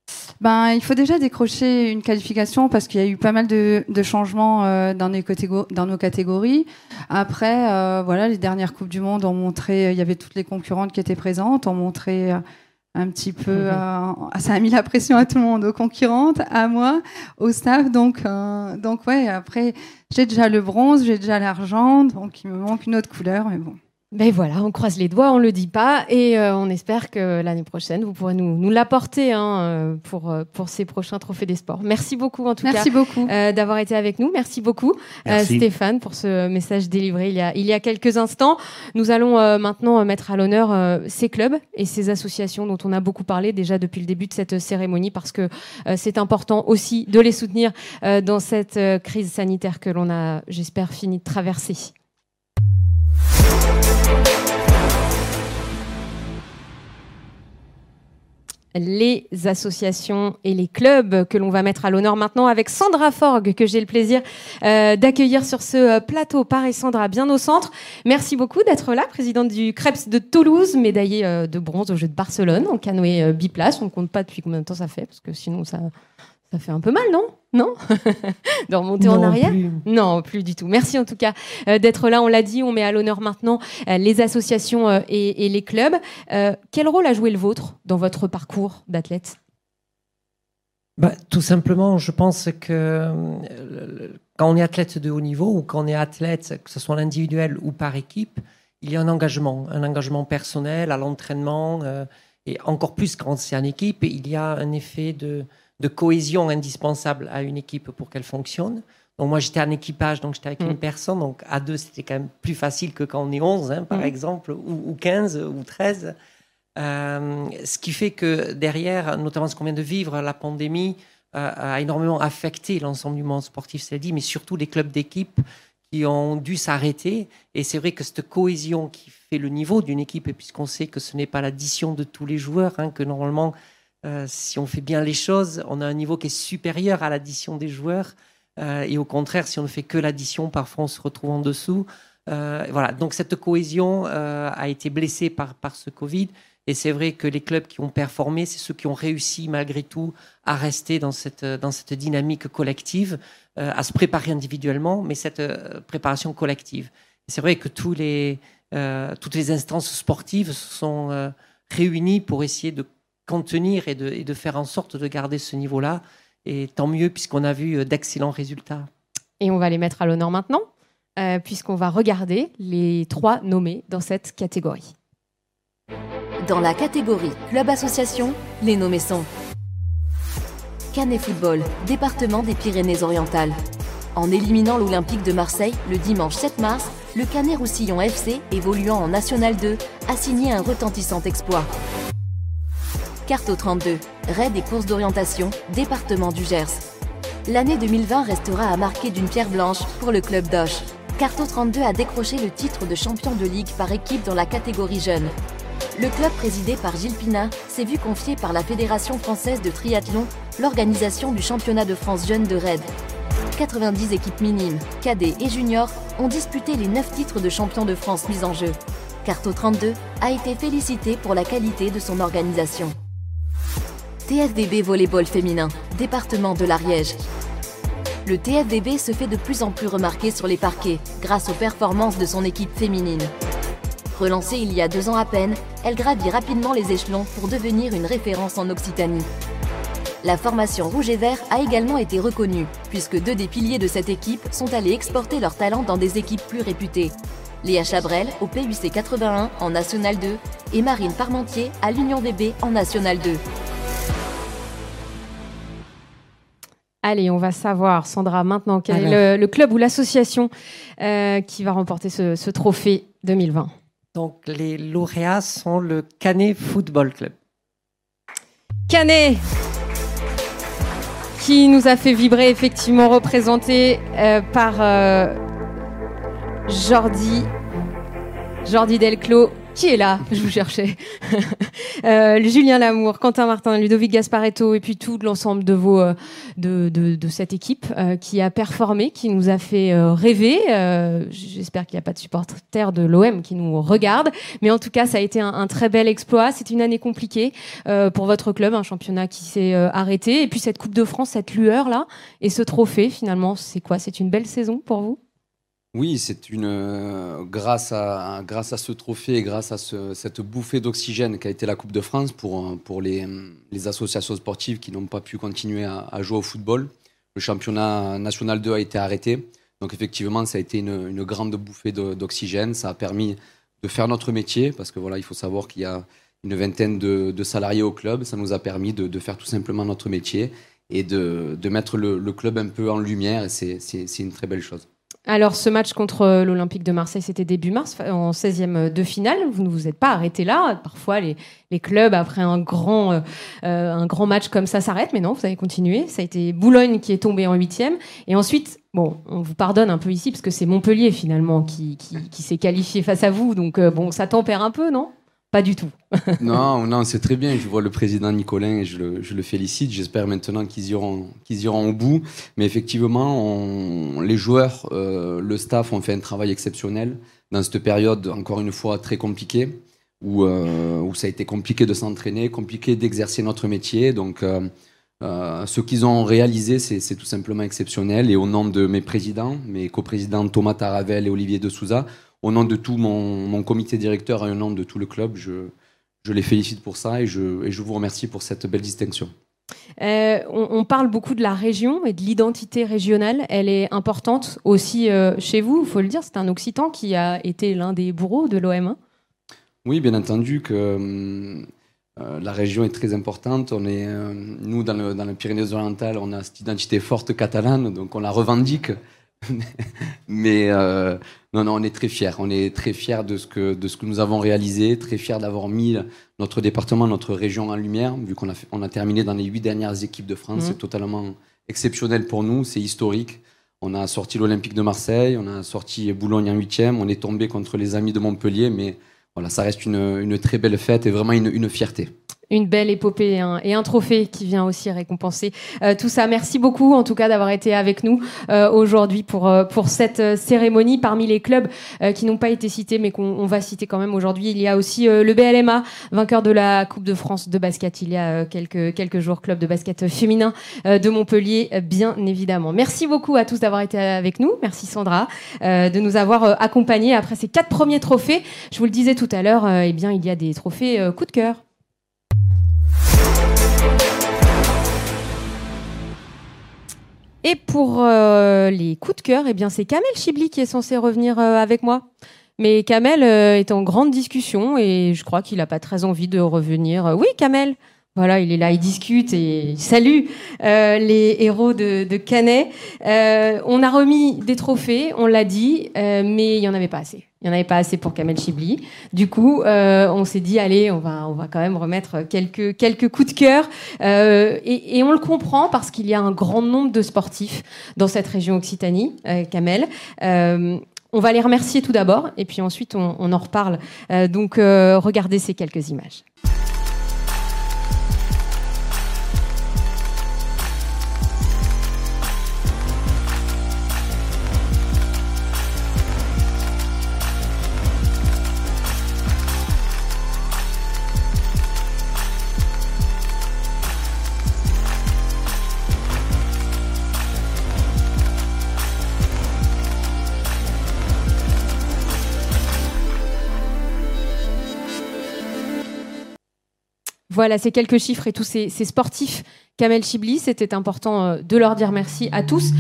Ben, il faut déjà décrocher une qualification parce qu'il y a eu pas mal de, de changements euh, dans, les dans nos catégories. Après, euh, voilà, les dernières Coupes du Monde ont montré, il y avait toutes les concurrentes qui étaient présentes, ont montré euh, un petit peu, euh, ça a mis la pression à tout le monde, aux concurrentes, à moi, au staff. Donc, euh, donc ouais, après, j'ai déjà le bronze, j'ai déjà l'argent, donc il me manque une autre couleur, mais bon. Ben voilà, on croise les doigts, on le dit pas, et euh, on espère que l'année prochaine, vous pourrez nous, nous l'apporter hein, pour, pour ces prochains trophées des sports. Merci beaucoup en tout Merci cas beaucoup. Euh, d'avoir été avec nous. Merci beaucoup Merci. Euh, Stéphane pour ce message délivré il y a, il y a quelques instants. Nous allons euh, maintenant mettre à l'honneur euh, ces clubs et ces associations dont on a beaucoup parlé déjà depuis le début de cette cérémonie parce que euh, c'est important aussi de les soutenir euh, dans cette euh, crise sanitaire que l'on a, j'espère, fini de traverser. Les associations et les clubs que l'on va mettre à l'honneur maintenant avec Sandra Forgue, que j'ai le plaisir euh, d'accueillir sur ce plateau. Pareil, Sandra, bien au centre. Merci beaucoup d'être là, présidente du Creps de Toulouse, médaillée euh, de bronze aux Jeux de Barcelone en canoë euh, biplace. On ne compte pas depuis combien de temps ça fait, parce que sinon ça, ça fait un peu mal, non ? Non de remonter non, en arrière plus. Non, plus du tout. Merci en tout cas euh, d'être là. On l'a dit, on met à l'honneur maintenant euh, les associations euh, et, et les clubs. Euh, quel rôle a joué le vôtre dans votre parcours d'athlète ? Bah, tout simplement, je pense que euh, quand on est athlète de haut niveau ou quand on est athlète, que ce soit en individuel ou par équipe, il y a un engagement, un engagement personnel à l'entraînement euh, et encore plus quand c'est en équipe, il y a un effet de... de cohésion indispensable à une équipe pour qu'elle fonctionne. Donc moi, j'étais en équipage, donc j'étais avec Mmh. une personne. Donc à deux, c'était quand même plus facile que quand on est onze, hein, par Mmh. exemple, ou, ou quinze, ou treize. Euh, ce qui fait que derrière, notamment ce qu'on vient de vivre, la pandémie euh, a énormément affecté l'ensemble du monde sportif, c'est dit, mais surtout les clubs d'équipe qui ont dû s'arrêter. Et c'est vrai que cette cohésion qui fait le niveau d'une équipe, et puisqu'on sait que ce n'est pas l'addition de tous les joueurs, hein, que normalement, euh, si on fait bien les choses, on a un niveau qui est supérieur à l'addition des joueurs. Euh, et au contraire, si on ne fait que l'addition, parfois on se retrouve en dessous. Euh, voilà. Donc cette cohésion euh, a été blessée par, par ce Covid. Et c'est vrai que les clubs qui ont performé, c'est ceux qui ont réussi malgré tout à rester dans cette, dans cette dynamique collective, euh, à se préparer individuellement, mais cette euh, préparation collective. Et c'est vrai que tous les, euh, toutes les instances sportives se sont euh, réunies pour essayer de contenir et de, et de faire en sorte de garder ce niveau-là. Et tant mieux, puisqu'on a vu d'excellents résultats. Et on va les mettre à l'honneur maintenant, euh, puisqu'on va regarder les trois nommés dans cette catégorie. Dans la catégorie Club Association, les nommés sont Canet Football, département des Pyrénées-Orientales. En éliminant l'Olympique de Marseille le dimanche sept mars, le Canet-Roussillon F C, évoluant en National deux, a signé un retentissant exploit. Carto trente-deux, raid et courses d'orientation, département du Gers. L'année deux mille vingt restera à marquer d'une pierre blanche pour le club d'Auch. Carto trente-deux a décroché le titre de champion de ligue par équipe dans la catégorie jeune. Le club présidé par Gilles Pinat s'est vu confier par la Fédération française de triathlon l'organisation du championnat de France jeune de raid. quatre-vingt-dix équipes minimes, cadets et juniors ont disputé les neuf titres de champion de France mis en jeu. Carto trente-deux a été félicité pour la qualité de son organisation. T F D B Volleyball féminin, département de l'Ariège. Le T F D B se fait de plus en plus remarquer sur les parquets grâce aux performances de son équipe féminine. Relancée il y a deux ans à peine, elle gravit rapidement les échelons pour devenir une référence en Occitanie. La formation rouge et vert a également été reconnue, puisque deux des piliers de cette équipe sont allés exporter leur talent dans des équipes plus réputées. Léa Chabrel au P U C quatre-vingt-un en National deux et Marine Parmentier à l'Union V B en National deux. Allez, on va savoir, Sandra, maintenant, quel Alors. est le, le club ou l'association euh, qui va remporter ce, ce trophée deux mille vingt. Donc, les lauréats sont le Canet Football Club. Canet, qui nous a fait vibrer, effectivement, représenté euh, par euh, Jordi, Jordi Delclos, qui est là, je vous cherchais. euh, Julien Lamour, Quentin Martin, Ludovic Gasparetto, et puis tout l'ensemble de vos, euh, de, de, de cette équipe euh, qui a performé, qui nous a fait euh, rêver. Euh, j'espère qu'il n'y a pas de supporters de l'O M qui nous regardent, mais en tout cas, ça a été un, un très bel exploit. C'est une année compliquée euh, pour votre club, un championnat qui s'est euh, arrêté, et puis cette Coupe de France, cette lueur là, et ce trophée, finalement, c'est quoi? C'est une belle saison pour vous? Oui, c'est une euh, grâce à grâce à ce trophée et grâce à ce, cette bouffée d'oxygène qu'a été la Coupe de France pour pour les les associations sportives qui n'ont pas pu continuer à, à jouer au football. Le championnat national deux a été arrêté, donc effectivement ça a été une, une grande bouffée de, d'oxygène. Ça a permis de faire notre métier parce que voilà, il faut savoir qu'il y a une vingtaine de, de salariés au club. Ça nous a permis de, de faire tout simplement notre métier et de, de mettre le, le club un peu en lumière. Et c'est, c'est, c'est une très belle chose. Alors, ce match contre l'Olympique de Marseille, c'était début mars, en seizième de finale. Vous ne vous êtes pas arrêté là. Parfois, les, les clubs, après un grand, euh, un grand match comme ça, s'arrêtent. Mais non, vous avez continué. Ça a été Boulogne qui est tombé en huitième. Et ensuite, bon, on vous pardonne un peu ici, parce que c'est Montpellier, finalement, qui, qui, qui s'est qualifié face à vous. Donc, euh, bon, ça tempère un peu, non ? Pas du tout. non, non, c'est très bien. Je vois le président Nicolin et je le, je le félicite. J'espère maintenant qu'ils iront, qu'ils iront au bout. Mais effectivement, on, les joueurs, euh, le staff ont fait un travail exceptionnel dans cette période, encore une fois, très compliquée, où, euh, où ça a été compliqué de s'entraîner, compliqué d'exercer notre métier. Donc, euh, euh, ce qu'ils ont réalisé, c'est, c'est tout simplement exceptionnel. Et au nom de mes présidents, mes coprésidents Thomas Taravel et Olivier de Souza, au nom de tout mon, mon comité directeur et au nom de tout le club, je, je les félicite pour ça et je, et je vous remercie pour cette belle distinction. Euh, on, on parle beaucoup de la région et de l'identité régionale. Elle est importante aussi euh, chez vous, il faut le dire. C'est un Occitan qui a été l'un des bourreaux de l'O M. Oui, bien entendu que Euh, la région est très importante. On est, euh, nous, dans le, dans le Pyrénées-Orientales, on a cette identité forte catalane, donc on la revendique. Mais euh, non, non, on est très fiers. On est très fiers de ce que, de ce que nous avons réalisé, très fiers d'avoir mis notre département, notre région en lumière, vu qu'on a, fait, on a terminé dans les huit dernières équipes de France. Mmh. C'est totalement exceptionnel pour nous, c'est historique. On a sorti l'Olympique de Marseille, on a sorti Boulogne en huitième, on est tombé contre les Amis de Montpellier, mais voilà, ça reste une, une très belle fête et vraiment une, une fierté. Une belle épopée et un, et un trophée qui vient aussi récompenser euh, tout ça. Merci beaucoup en tout cas d'avoir été avec nous euh, aujourd'hui pour, euh, pour cette euh, cérémonie. Parmi les clubs euh, qui n'ont pas été cités mais qu'on on va citer quand même aujourd'hui, il y a aussi euh, le B L M A, vainqueur de la Coupe de France de basket il y a euh, quelques, quelques jours, club de basket féminin euh, de Montpellier, euh, bien évidemment. Merci beaucoup à tous d'avoir été avec nous. Merci Sandra euh, de nous avoir euh, accompagnés après ces quatre premiers trophées. Je vous le disais tout à l'heure, euh, eh bien, il y a des trophées euh, coup de cœur. Et pour euh, les coups de cœur, eh bien, c'est Kamel Chibli qui est censé revenir euh, avec moi. Mais Kamel euh, est en grande discussion et je crois qu'il n'a pas très envie de revenir. Oui, Kamel, voilà, il est là, il discute et il salue euh, les héros de, de Canet. Euh, on a remis des trophées, on l'a dit, euh, mais il n'y en avait pas assez. Il n'y en avait pas assez pour Kamel Chibli. Du coup, euh, on s'est dit, allez, on va, on va quand même remettre quelques, quelques coups de cœur. Euh, et, et on le comprend parce qu'il y a un grand nombre de sportifs dans cette région Occitanie, euh, Kamel. Euh, on va les remercier tout d'abord et puis ensuite on, on en reparle. Euh, donc, euh, regardez ces quelques images. Voilà, ces quelques chiffres et tous ces, ces sportifs Kamel Chibli, c'était important de leur dire merci à tous.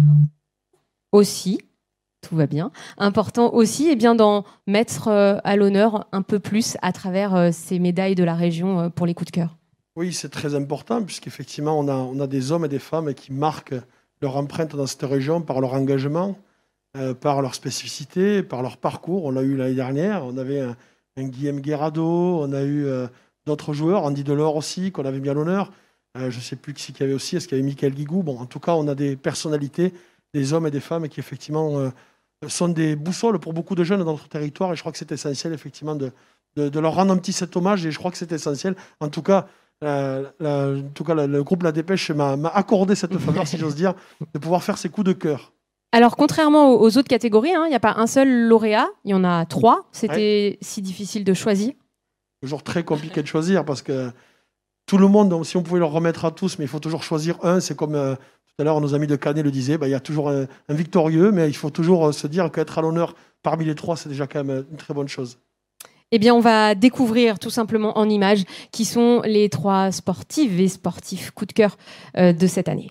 Aussi, tout va bien, important aussi eh bien, d'en mettre à l'honneur un peu plus à travers ces médailles de la région pour les coups de cœur. Oui, c'est très important puisqu'effectivement, on a, on a des hommes et des femmes qui marquent leur empreinte dans cette région par leur engagement, euh, par leur spécificité, par leur parcours. On l'a eu l'année dernière, on avait un, un Guillaume Guerrado, on a eu... Euh, d'autres joueurs, Andy Delors aussi, qu'on avait mis à l'honneur. Euh, je ne sais plus qui qu'il y avait aussi. Est-ce qu'il y avait Michael Guigou? Bon, en tout cas, on a des personnalités, des hommes et des femmes qui, effectivement, euh, sont des boussoles pour beaucoup de jeunes dans notre territoire. Et je crois que c'est essentiel, effectivement, de, de, de leur rendre un petit cet hommage. Et je crois que c'est essentiel. En tout cas, euh, la, en tout cas le, le groupe La Dépêche m'a, m'a accordé cette faveur, si j'ose dire, de pouvoir faire ces coups de cœur. Alors, contrairement aux, aux autres catégories, il hein, n'y a pas un seul lauréat. Il y en a trois. C'était ouais. si difficile de choisir. Toujours très compliqué de choisir parce que tout le monde, donc, si on pouvait leur remettre à tous, mais il faut toujours choisir un. C'est comme euh, tout à l'heure, nos amis de Canet le disaient, bah, il y a toujours un, un victorieux, mais il faut toujours euh, se dire qu'être à l'honneur parmi les trois, c'est déjà quand même une très bonne chose. Eh bien, on va découvrir tout simplement en images qui sont les trois sportives et sportifs coup de cœur euh, de cette année.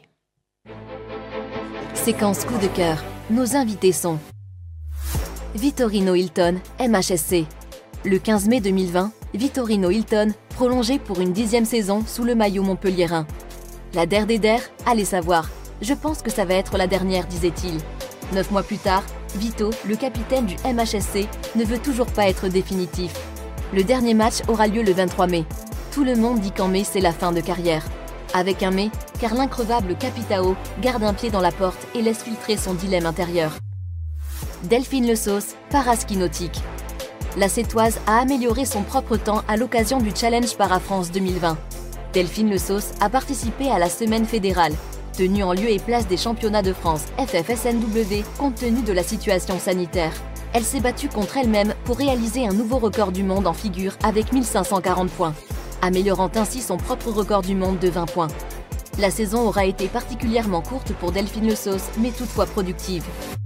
Séquence coup de cœur. Nos invités sont Vittorino Hilton, M H S C. Le quinze mai deux mille vingt, Vittorino Hilton, prolongé pour une dixième saison sous le maillot montpelliérain. La der des der, allez savoir. Je pense que ça va être la dernière, disait-il. Neuf mois plus tard, Vito, le capitaine du M H S C, ne veut toujours pas être définitif. Le dernier match aura lieu le vingt-trois mai. Tout le monde dit qu'en mai, c'est la fin de carrière. Avec un mais, car l'increvable Capitao garde un pied dans la porte et laisse filtrer son dilemme intérieur. Delphine Le Sauce, paraski nautique. La Sétoise a amélioré son propre temps à l'occasion du Challenge Para-France deux mille vingt. Delphine Le Sauce a participé à la semaine fédérale, tenue en lieu et place des championnats de France F F S N W compte tenu de la situation sanitaire. Elle s'est battue contre elle-même pour réaliser un nouveau record du monde en figure avec mille cinq cent quarante points, améliorant ainsi son propre record du monde de vingt points. La saison aura été particulièrement courte pour Delphine Le Sauce, mais toutefois productive.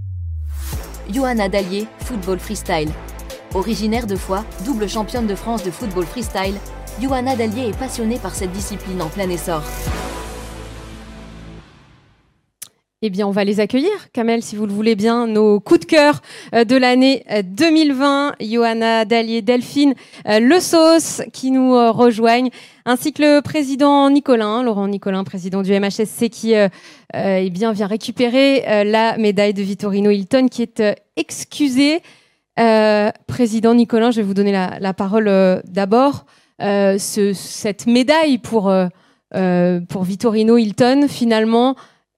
Johanna Dallier, football freestyle. Originaire de Foix, double championne de France de football freestyle, Johanna Dallier est passionnée par cette discipline en plein essor. Eh bien, on va les accueillir, Kamel, si vous le voulez bien, nos coups de cœur de l'année deux mille vingt, Johanna Dallier, Delphine Le Sauce, qui nous rejoignent, ainsi que le président Nicolin, Laurent Nicolin, président du M H S C, qui euh, eh bien, vient récupérer euh, la médaille de Vittorino Hilton, qui est euh, excusé. Euh, président Nicolin, je vais vous donner la, la parole euh, d'abord. Euh, ce, cette médaille pour, euh, pour Vittorino Hilton, finalement,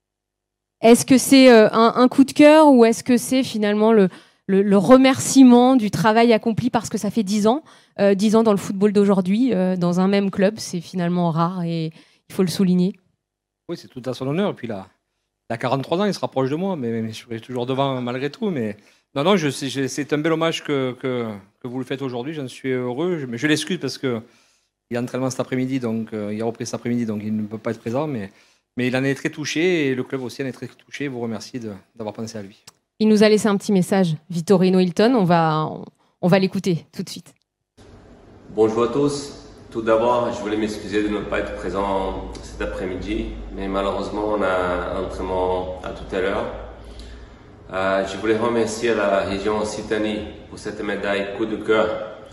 est-ce que c'est un, un coup de cœur ou est-ce que c'est finalement le, le, le remerciement du travail accompli parce que ça fait dix ans, euh, dix ans dans le football d'aujourd'hui, euh, dans un même club, c'est finalement rare et il faut le souligner. Oui, c'est tout à son honneur. Et puis là, il a quarante-trois ans, il se rapproche de moi, mais, mais je serai toujours devant malgré tout. Mais non, non, je, je, c'est un bel hommage que, que, que vous le faites aujourd'hui. J'en suis heureux. Je, mais je l'excuse parce que il y a entraînement cet après-midi, donc euh, il a repris cet après-midi, donc il ne peut pas être présent. Mais Mais il en est très touché et le club aussi en est très touché. Je vous remercie de, d'avoir pensé à lui. Il nous a laissé un petit message, Vittorino Hilton. On va, on va l'écouter tout de suite. Bonjour à tous. Tout d'abord, je voulais m'excuser de ne pas être présent cet après-midi, mais malheureusement, on a un entraînement à tout à l'heure. Euh, je voulais remercier la région Occitanie pour cette médaille coup de cœur.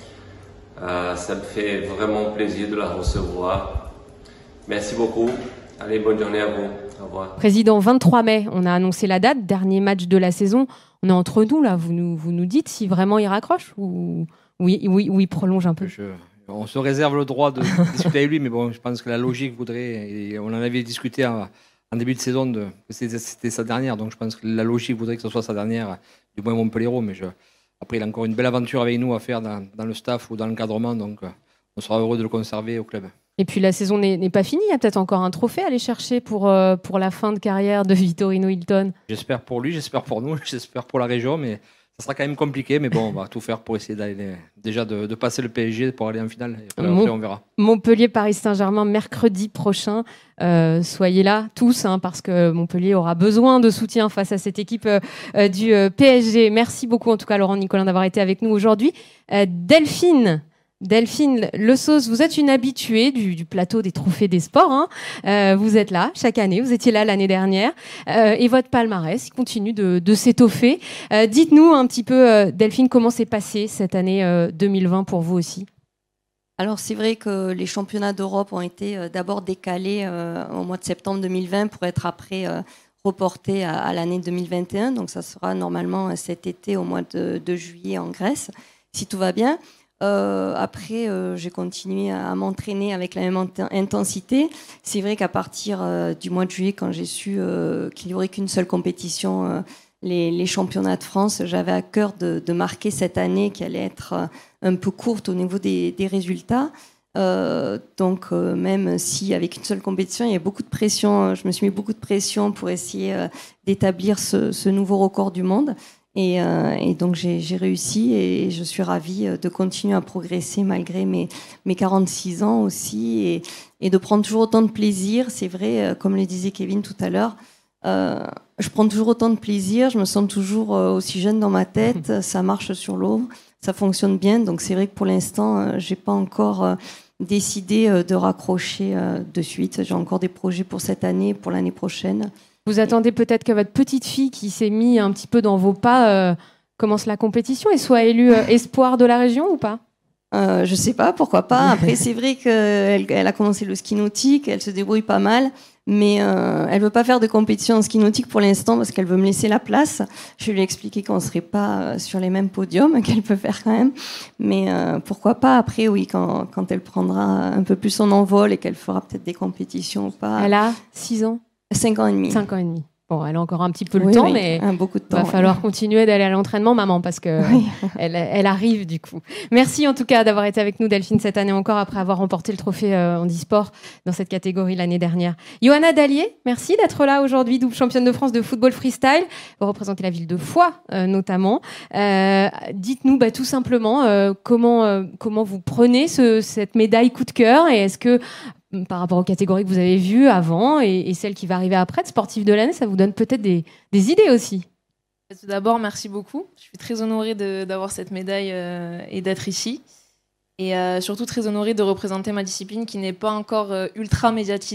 Euh, ça me fait vraiment plaisir de la recevoir. Merci beaucoup. Allez, bonne journée à vous. Au revoir. Président, vingt-trois mai, on a annoncé la date, dernier match de la saison. On est entre nous, là. Vous nous, vous nous dites si vraiment il raccroche ou, ou, il, ou, il, ou il prolonge un peu. Je, on se réserve le droit de discuter avec lui, mais bon, je pense que la logique voudrait, et on en avait discuté en, en début de saison, de, que c'était, c'était sa dernière, donc je pense que la logique voudrait que ce soit sa dernière, du moins Montpellier. Mais je, après, il a encore une belle aventure avec nous à faire dans, dans le staff ou dans l'encadrement, donc on sera heureux de le conserver au club. Et puis la saison n'est, n'est pas finie, il y a peut-être encore un trophée à aller chercher pour, euh, pour la fin de carrière de Vittorino Hilton. J'espère pour lui, j'espère pour nous, j'espère pour la région, mais ça sera quand même compliqué. Mais bon, on va tout faire pour essayer d'aller déjà de, de passer le P S G pour aller en finale. Et après, Mon, on verra. Montpellier-Paris Saint-Germain, mercredi prochain. Euh, soyez là tous, hein, parce que Montpellier aura besoin de soutien face à cette équipe euh, du euh, P S G. Merci beaucoup en tout cas Laurent Nicolin d'avoir été avec nous aujourd'hui. Euh, Delphine Delphine Le Sauce, vous êtes une habituée du, du plateau des Trophées des Sports. Hein. Euh, vous êtes là chaque année, vous étiez là l'année dernière. Euh, et votre palmarès continue de, de s'étoffer. Euh, dites-nous un petit peu, euh, Delphine, comment s'est passée cette année euh, deux mille vingt pour vous aussi ? Alors c'est vrai que les championnats d'Europe ont été euh, d'abord décalés euh, au mois de septembre deux mille vingt pour être après euh, reportés à, à l'année deux mille vingt et un. Donc ça sera normalement cet été au mois de, de juillet en Grèce, si tout va bien. Euh, après, euh, j'ai continué à, à m'entraîner avec la même int- intensité. C'est vrai qu'à partir euh, du mois de juillet, quand j'ai su euh, qu'il n'y aurait qu'une seule compétition, euh, les, les championnats de France, j'avais à cœur de, de marquer cette année qui allait être euh, un peu courte au niveau des, des résultats. Euh, donc, euh, même si avec une seule compétition, il y a beaucoup de pression, je me suis mis beaucoup de pression pour essayer euh, d'établir ce, ce nouveau record du monde. Et, euh, et donc j'ai, j'ai réussi et je suis ravie de continuer à progresser malgré mes, mes quarante-six ans aussi et, et de prendre toujours autant de plaisir. C'est vrai, comme le disait Kevin tout à l'heure, euh, je prends toujours autant de plaisir, je me sens toujours aussi jeune dans ma tête, ça marche sur l'eau, ça fonctionne bien. Donc c'est vrai que pour l'instant, j'ai pas encore décidé de raccrocher de suite. J'ai encore des projets pour cette année, pour l'année prochaine. Vous attendez peut-être que votre petite fille qui s'est mise un petit peu dans vos pas euh, commence la compétition et soit élue euh, espoir de la région ou pas ? euh, Je sais pas, pourquoi pas. Après, c'est vrai qu'elle elle a commencé le ski nautique, elle se débrouille pas mal, mais euh, elle veut pas faire de compétition en ski nautique pour l'instant parce qu'elle veut me laisser la place. Je lui ai expliqué qu'on serait pas sur les mêmes podiums, qu'elle peut faire quand même, mais euh, pourquoi pas. Après, oui, quand, quand elle prendra un peu plus son envol et qu'elle fera peut-être des compétitions ou pas. Elle a six ans ? Cinq ans et demi. Cinq ans et demi. Bon, elle a encore un petit peu le oui, temps, oui, mais un beaucoup de temps, va ouais. falloir continuer d'aller à l'entraînement, maman, parce que oui. elle, elle arrive du coup. Merci en tout cas d'avoir été avec nous, Delphine, cette année encore, après avoir remporté le trophée euh, handisport dans cette catégorie l'année dernière. Johanna Dallier, merci d'être là aujourd'hui, double championne de France de football freestyle. Vous représentez la ville de Foix, euh, notamment. Euh, dites-nous bah, tout simplement euh, comment, euh, comment vous prenez ce, cette médaille coup de cœur et est-ce que par rapport aux catégories que vous avez vues avant et, et celles qui va arriver après de sportif de l'année, ça vous donne peut-être des, des idées aussi. Tout d'abord, merci beaucoup. Je suis très honorée de, d'avoir cette médaille euh, et d'être ici. Et euh, surtout très honorée de représenter ma discipline qui n'est pas encore euh, ultra médiatisée.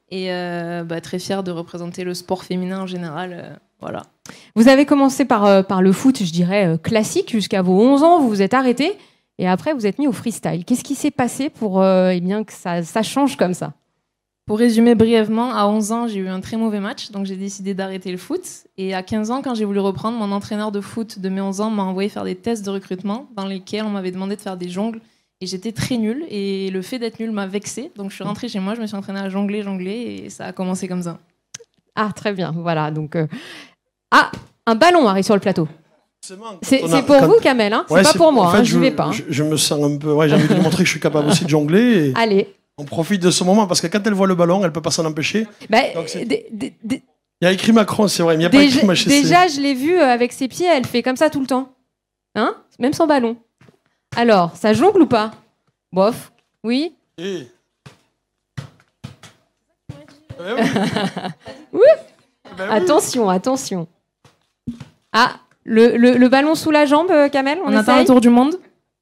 et euh, bah, très fière de représenter le sport féminin en général. Euh, voilà. Vous avez commencé par, euh, par le foot, je dirais, euh, classique jusqu'à vos onze ans, vous vous êtes arrêté et après vous êtes mis au freestyle. Qu'est-ce qui s'est passé pour euh, eh bien, que ça, ça change comme ça? Pour résumer brièvement, à onze ans, j'ai eu un très mauvais match, donc j'ai décidé d'arrêter le foot. Et à quinze ans, quand j'ai voulu reprendre, mon entraîneur de foot de mes onze ans m'a envoyé faire des tests de recrutement dans lesquels on m'avait demandé de faire des jongles. Et j'étais très nulle, et le fait d'être nulle m'a vexée. Donc je suis rentrée chez moi, je me suis entraînée à jongler, jongler, et ça a commencé comme ça. Ah, très bien, voilà. Donc, euh... Ah, un ballon arrive sur le plateau. C'est a- pour quand- vous, Kamel, hein, c'est Ouais, pas pour moi, en fait, hein, je, j'y vais pas. hein. Je, je me sens un peu. Ouais, j'ai envie de lui montrer que je suis capable aussi de jongler. Et Allez. on profite de ce moment parce que quand elle voit le ballon, elle peut pas s'en empêcher. Bah, Donc, c'est- d- d- d- Il y a écrit Macron, c'est vrai, mais il n'y a pas déjà, écrit M H C. déjà, je l'ai vue euh, avec ses pieds, elle fait comme ça tout le temps. Hein? Même sans ballon. Alors, ça jongle ou pas? Bof. Oui? Eh. Oui. Attention, attention. Ah, le, le, le ballon sous la jambe, euh, Kamel, on, On attend essaye le tour du monde.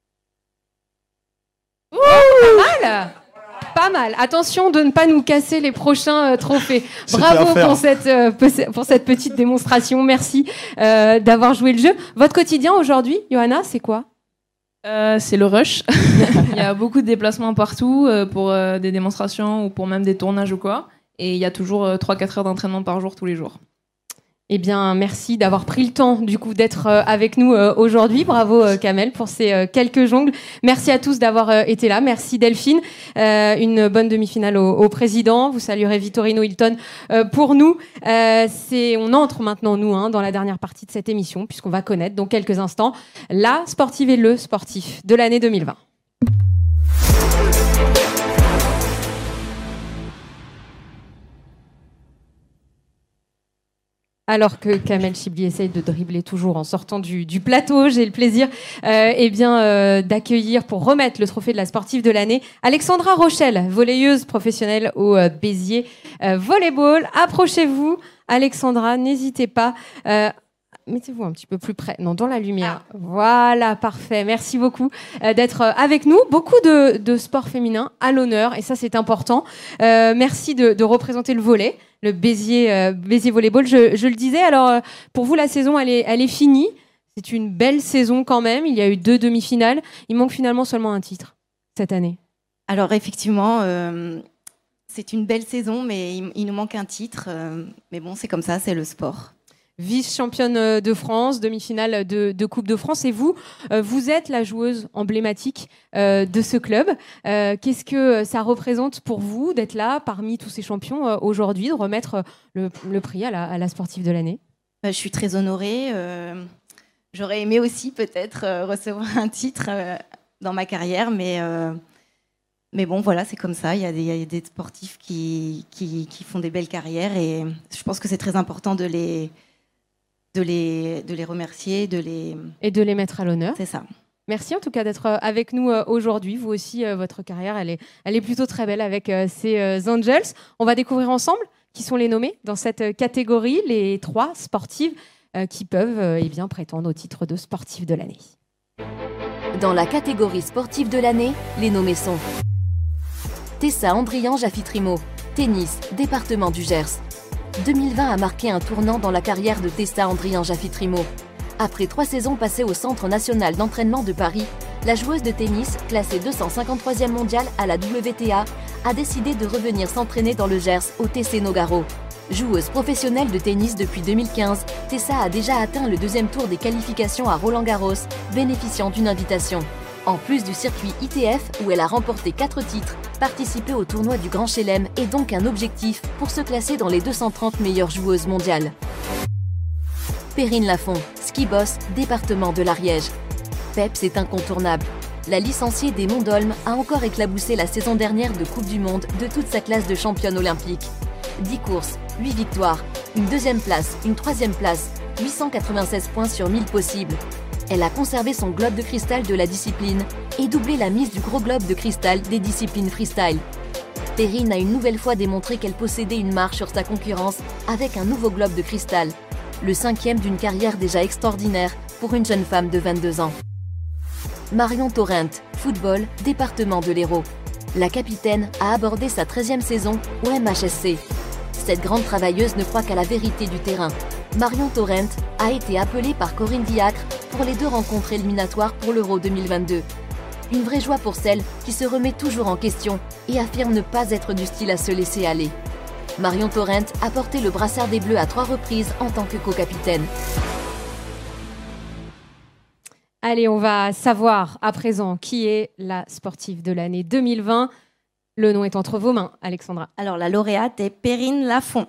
Ouh, pas mal. Pas mal. Attention de ne pas nous casser les prochains euh, trophées. C'était Bravo à faire. pour cette, euh, pe- pour cette petite démonstration. Merci euh, d'avoir joué le jeu. Votre quotidien aujourd'hui, Johanna, c'est quoi? Euh, c'est le rush. Il y a beaucoup de déplacements partout euh, pour euh, des démonstrations ou pour même des tournages ou quoi. Et il y a toujours euh, trois à quatre heures d'entraînement par jour tous les jours. Eh bien, merci d'avoir pris le temps du coup d'être euh, avec nous euh, aujourd'hui. Bravo euh, Kamel pour ces euh, quelques jongles. Merci à tous d'avoir euh, été là. Merci Delphine. Euh, une bonne demi-finale au, au président. Vous saluerez Vittorino Hilton euh, pour nous. Euh, c'est, on entre maintenant nous hein, dans la dernière partie de cette émission puisqu'on va connaître dans quelques instants la sportive et le sportif de l'année deux mille vingt. Alors que Kamel Chibli essaye de dribbler toujours en sortant du, du plateau, j'ai le plaisir euh, eh bien, euh, d'accueillir pour remettre le trophée de la sportive de l'année Alexandra Rochelle, volleyeuse professionnelle au euh, Béziers euh, Volleyball. Approchez-vous, Alexandra, n'hésitez pas. Euh, Mettez-vous un petit peu plus près, non, dans la lumière. Ah. Voilà, parfait. Merci beaucoup euh, d'être euh, avec nous. Beaucoup de, de sport féminin à l'honneur, et ça c'est important. Euh, merci de, de représenter le volley, le Béziers, euh, Béziers Volleyball. Je, je le disais, alors euh, pour vous la saison elle est, elle est finie. C'est une belle saison quand même. Il y a eu deux demi-finales. Il manque finalement seulement un titre cette année. Alors effectivement, euh, c'est une belle saison, mais il, il nous manque un titre. Euh, mais bon, c'est comme ça, c'est le sport. Vice-championne de France, demi-finale de, de Coupe de France. Et vous, euh, vous êtes la joueuse emblématique euh, de ce club. Euh, qu'est-ce que ça représente pour vous d'être là parmi tous ces champions euh, aujourd'hui, de remettre le, le prix à la, à la sportive de l'année? Je suis très honorée. Euh, j'aurais aimé aussi peut-être euh, recevoir un titre euh, dans ma carrière, mais, euh, mais bon, voilà, c'est comme ça. Il y a des, il y a des sportifs qui, qui, qui font des belles carrières et je pense que c'est très important de les... De les, de les remercier, de les... Et de les mettre à l'honneur. C'est ça. Merci en tout cas d'être avec nous aujourd'hui. Vous aussi, votre carrière, elle est, elle est plutôt très belle avec ces Angels. On va découvrir ensemble qui sont les nommés dans cette catégorie, les trois sportives qui peuvent eh bien, prétendre au titre de sportive de l'année. Dans la catégorie sportive de l'année, les nommés sont Tessa Andrian-Jaffitrimo, tennis, département du Gers. deux mille vingt a marqué un tournant dans la carrière de Tessa Andrian-Jaffitrimo. Après trois saisons passées au Centre national d'entraînement de Paris, la joueuse de tennis, classée deux cent cinquante-troisième mondiale à la W T A, a décidé de revenir s'entraîner dans le Gers au T C Nogaro. Joueuse professionnelle de tennis depuis deux mille quinze, Tessa a déjà atteint le deuxième tour des qualifications à Roland-Garros, bénéficiant d'une invitation. En plus du circuit I T F où elle a remporté quatre titres, participer au tournoi du Grand Chelem est donc un objectif pour se classer dans les deux cent trente meilleures joueuses mondiales. Perrine Lafont, ski boss, département de l'Ariège. Peps est incontournable. La licenciée des Monts d'Olme a encore éclaboussé la saison dernière de Coupe du Monde de toute sa classe de championne olympique. dix courses, huit victoires, une deuxième place, une troisième place, huit cent quatre-vingt-seize points sur mille possibles. Elle a conservé son globe de cristal de la discipline et doublé la mise du gros globe de cristal des disciplines freestyle. Perrine a une nouvelle fois démontré qu'elle possédait une marche sur sa concurrence avec un nouveau globe de cristal, le cinquième d'une carrière déjà extraordinaire pour une jeune femme de vingt-deux ans. Marion Torrent, football, département de l'Hérault. la capitaine a abordé sa treizième saison au M H S C. Cette grande travailleuse ne croit qu'à la vérité du terrain. Marion Torrent a été appelée par Corinne Diacre pour les deux rencontres éliminatoires pour l'Euro deux mille vingt-deux. Une vraie joie pour celle qui se remet toujours en question et affirme ne pas être du style à se laisser aller. Marion Torrent a porté le brassard des Bleus à trois reprises en tant que co-capitaine. Allez, on va savoir à présent qui est la sportive de l'année deux mille vingt. Le nom est entre vos mains, Alexandra. Alors, la lauréate est Perrine Lafont.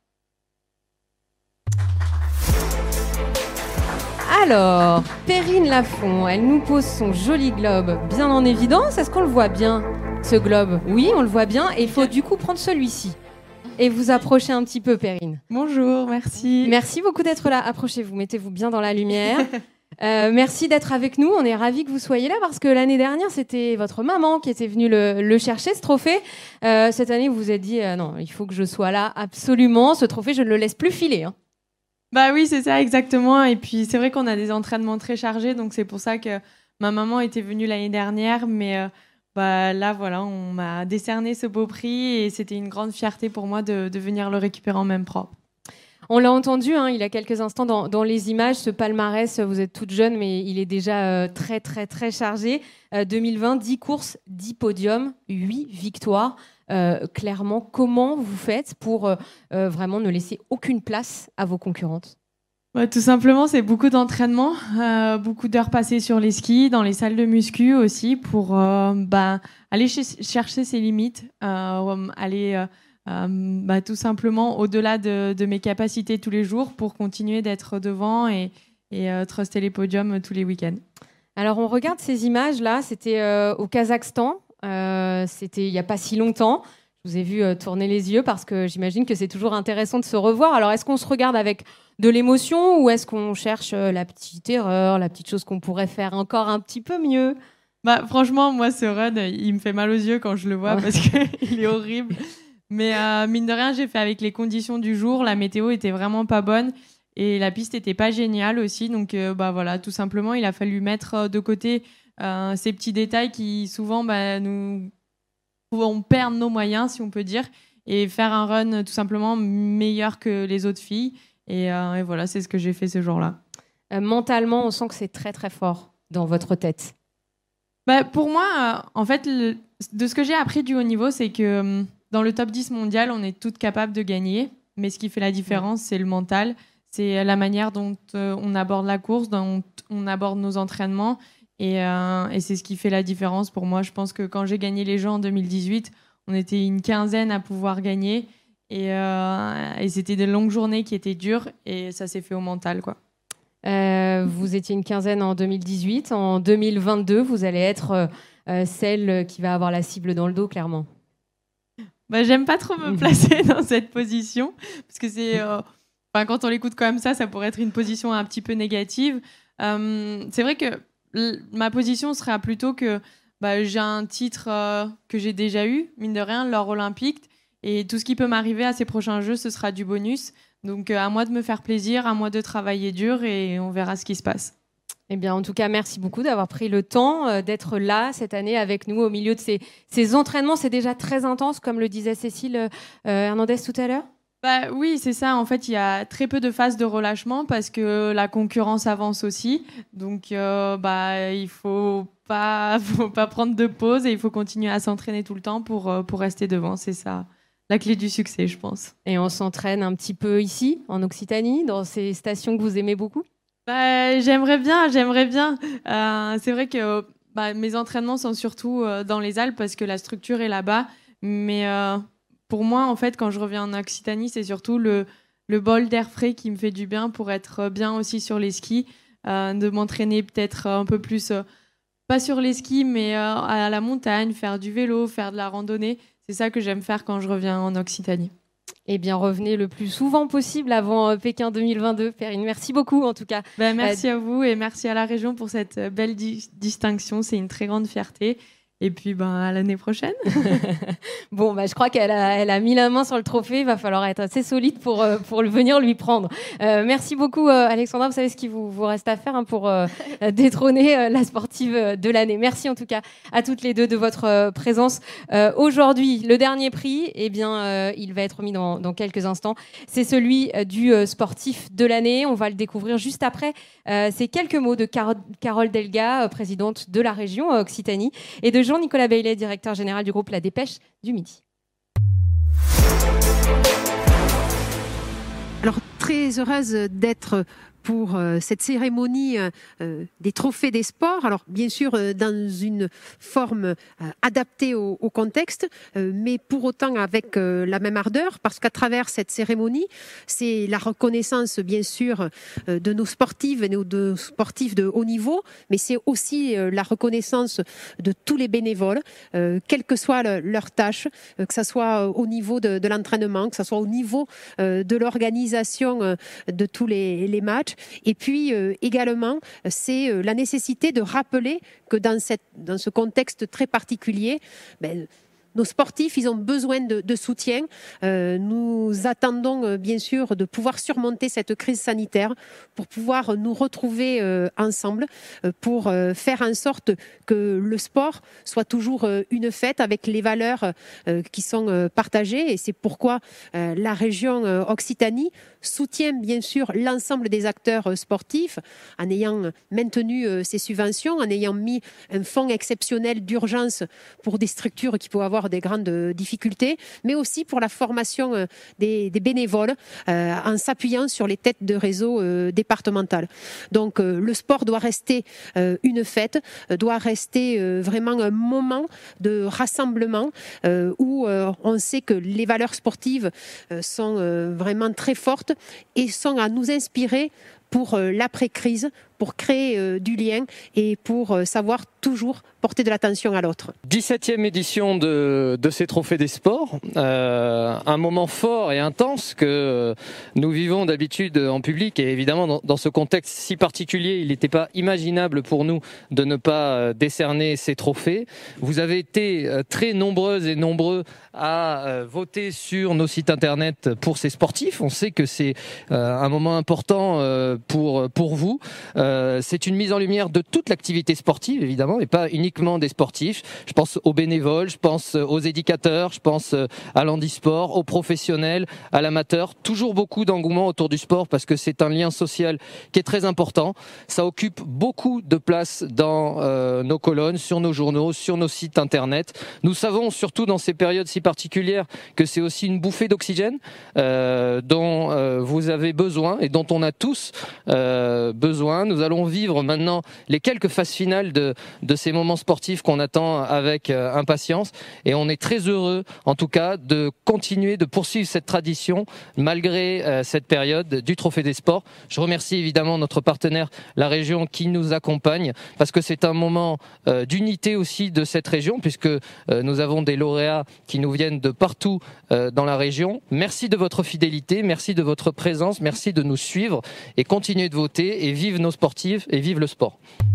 Alors, Perrine Lafont, elle nous pose son joli globe bien en évidence. Est-ce qu'on le voit bien, ce globe? Oui, on le voit bien. Et il faut du coup prendre celui-ci. Et vous approchez un petit peu, Perrine. Bonjour, merci. Merci beaucoup d'être là. Approchez-vous, mettez-vous bien dans la lumière. Euh, merci d'être avec nous. On est ravis que vous soyez là parce que l'année dernière, c'était votre maman qui était venue le, le chercher, ce trophée. Euh, cette année, vous vous êtes dit, euh, non, il faut que je sois là absolument. Ce trophée, je ne le laisse plus filer. Hein. Bah oui, c'est ça, exactement. Et puis, c'est vrai qu'on a des entraînements très chargés. Donc, c'est pour ça que ma maman était venue l'année dernière. Mais euh, bah, là, voilà, on m'a décerné ce beau prix. Et c'était une grande fierté pour moi de, de venir le récupérer en main propre. On l'a entendu hein, il y a quelques instants dans, dans les images, ce palmarès, vous êtes toute jeune, mais il est déjà euh, très, très, très chargé. Euh, deux mille vingt, dix courses, dix podiums, huit victoires. Euh, clairement, comment vous faites pour euh, euh, vraiment ne laisser aucune place à vos concurrentes? Ouais, tout simplement, c'est beaucoup d'entraînement, euh, beaucoup d'heures passées sur les skis, dans les salles de muscu aussi, pour euh, bah, aller ch- chercher ses limites, euh, aller... Euh, Euh, bah, tout simplement au-delà de, de mes capacités tous les jours pour continuer d'être devant et, et euh, truster les podiums tous les week-ends. Alors on regarde ces images-là, c'était euh, au Kazakhstan, euh, c'était il n'y a pas si longtemps. Je vous ai vu euh, tourner les yeux parce que j'imagine que c'est toujours intéressant de se revoir. Alors est-ce qu'on se regarde avec de l'émotion ou est-ce qu'on cherche euh, la petite erreur, la petite chose qu'on pourrait faire encore un petit peu mieux? Bah, franchement, moi ce run, il me fait mal aux yeux quand je le vois ouais. parce qu'il est horrible. Mais euh, mine de rien, j'ai fait avec les conditions du jour. La météo était vraiment pas bonne et la piste était pas géniale aussi. Donc, euh, bah voilà, tout simplement, il a fallu mettre de côté euh, ces petits détails qui souvent bah, nous on perd nos moyens, si on peut dire, et faire un run tout simplement meilleur que les autres filles. Et, euh, et voilà, c'est ce que j'ai fait ce jour-là. Euh, mentalement, on sent que c'est très très fort dans votre tête. Bah, pour moi, euh, en fait, le, de ce que j'ai appris du haut niveau, c'est que euh, dans le top dix mondial, on est toutes capables de gagner, mais ce qui fait la différence, c'est le mental, c'est la manière dont euh, on aborde la course, dont on aborde nos entraînements, et, euh, et c'est ce qui fait la différence pour moi. Je pense que quand j'ai gagné les Jeux en deux mille dix-huit, on était une quinzaine à pouvoir gagner, et, euh, et c'était des longues journées qui étaient dures, et ça s'est fait au mental, quoi. Euh, vous étiez une quinzaine en deux mille dix-huit, en deux mille vingt-deux, vous allez être euh, celle qui va avoir la cible dans le dos, clairement. Bah, j'aime pas trop me placer dans cette position parce que c'est, euh, enfin, quand on l'écoute comme ça, ça pourrait être une position un petit peu négative. Euh, c'est vrai que l- ma position serait plutôt que bah, j'ai un titre euh, que j'ai déjà eu, mine de rien, l'or olympique, et tout ce qui peut m'arriver à ces prochains Jeux, ce sera du bonus. Donc euh, à moi de me faire plaisir, à moi de travailler dur et on verra ce qui se passe. Eh bien, en tout cas, merci beaucoup d'avoir pris le temps euh, d'être là cette année avec nous au milieu de ces, ces entraînements. C'est déjà très intense, comme le disait Cécile euh, Hernandez tout à l'heure. Bah, oui, c'est ça. En fait, il y a très peu de phases de relâchement parce que la concurrence avance aussi. Donc, euh, bah, il ne faut pas, faut pas prendre de pause et il faut continuer à s'entraîner tout le temps pour, euh, pour rester devant. C'est ça, la clé du succès, je pense. Et on s'entraîne un petit peu ici, en Occitanie, dans ces stations que vous aimez beaucoup? Bah, j'aimerais bien, j'aimerais bien. Euh, c'est vrai que bah, mes entraînements sont surtout euh, dans les Alpes parce que la structure est là-bas. Mais euh, pour moi, en fait, quand je reviens en Occitanie, c'est surtout le, le bol d'air frais qui me fait du bien pour être bien aussi sur les skis, euh, de m'entraîner peut-être un peu plus, euh, pas sur les skis, mais euh, à la montagne, faire du vélo, faire de la randonnée. C'est ça que j'aime faire quand je reviens en Occitanie. Eh bien, revenez le plus souvent possible avant Pékin deux mille vingt-deux. Perrine, merci beaucoup en tout cas. Ben, merci euh, à vous et merci à la région pour cette belle di- distinction. C'est une très grande fierté. Et puis, ben, à l'année prochaine. Bon, bah, je crois qu'elle a, elle a mis la main sur le trophée. Il va falloir être assez solide pour, euh, pour le venir lui prendre. Euh, merci beaucoup, euh, Alexandra. Vous savez ce qu'il vous, vous reste à faire hein, pour euh, détrôner euh, la sportive de l'année. Merci en tout cas à toutes les deux de votre euh, présence. Euh, aujourd'hui, le dernier prix, eh bien, euh, il va être remis dans, dans quelques instants. C'est celui euh, du euh, sportif de l'année. On va le découvrir juste après euh, ces quelques mots de Car- Carole Delga, euh, présidente de la région euh, Occitanie, et de Jean-Nicolas Baillet, directeur général du groupe La Dépêche du Midi. Alors, très heureuse d'être pour euh, cette cérémonie euh, des trophées des sports. Alors, bien sûr, euh, dans une forme euh, adaptée au, au contexte, euh, mais pour autant avec euh, la même ardeur, parce qu'à travers cette cérémonie, c'est la reconnaissance, bien sûr, euh, de nos sportives et de nos sportifs de haut niveau, mais c'est aussi euh, la reconnaissance de tous les bénévoles, euh, quelle que soit le, leur tâche, euh, que ce soit au niveau de, de l'entraînement, que ce soit au niveau euh, de l'organisation euh, de tous les, les matchs. Et puis euh, également, c'est euh, la nécessité de rappeler que dans, cette, dans ce contexte très particulier, ben, nos sportifs, ils ont besoin de, de soutien. Euh, nous attendons euh, bien sûr de pouvoir surmonter cette crise sanitaire pour pouvoir nous retrouver euh, ensemble, euh, pour euh, faire en sorte que le sport soit toujours euh, une fête avec les valeurs euh, qui sont euh, partagées. Et c'est pourquoi euh, la région euh, Occitanie soutient bien sûr l'ensemble des acteurs euh, sportifs en ayant maintenu euh, ses subventions, en ayant mis un fonds exceptionnel d'urgence pour des structures qui peuvent avoir des grandes difficultés, mais aussi pour la formation euh, des, des bénévoles euh, en s'appuyant sur les têtes de réseau euh, départementales. Donc euh, le sport doit rester euh, une fête, euh, doit rester euh, vraiment un moment de rassemblement euh, où euh, on sait que les valeurs sportives euh, sont euh, vraiment très fortes et sont à nous inspirer pour euh, l'après-crise, pour créer euh, du lien et pour euh, savoir toujours porter de l'attention à l'autre. dix-septième édition de, de ces trophées des sports, euh, un moment fort et intense que nous vivons d'habitude en public, et évidemment dans, dans ce contexte si particulier, il n'était pas imaginable pour nous de ne pas décerner ces trophées. Vous avez été très nombreuses et nombreux à voter sur nos sites internet pour ces sportifs. On sait que c'est un moment important pour, pour vous. C'est une mise en lumière de toute l'activité sportive, évidemment, et pas uniquement des sportifs. Je pense aux bénévoles, je pense aux éducateurs, je pense à l'handisport, aux professionnels, à l'amateur. Toujours beaucoup d'engouement autour du sport parce que c'est un lien social qui est très important. Ça occupe beaucoup de place dans euh, nos colonnes, sur nos journaux, sur nos sites internet. Nous savons, surtout dans ces périodes si particulières, que c'est aussi une bouffée d'oxygène euh, dont euh, vous avez besoin et dont on a tous euh, besoin. Nous allons vivre maintenant les quelques phases finales de, de ces moments sportifs qu'on attend avec euh, impatience, et on est très heureux en tout cas de continuer de poursuivre cette tradition malgré euh, cette période du Trophée des Sports. Je remercie évidemment notre partenaire, la région, qui nous accompagne, parce que c'est un moment euh, d'unité aussi de cette région, puisque euh, nous avons des lauréats qui nous viennent de partout euh, dans la région. Merci de votre fidélité, merci de votre présence, merci de nous suivre et continuez de voter, et vive nos sportifs et vive le sport.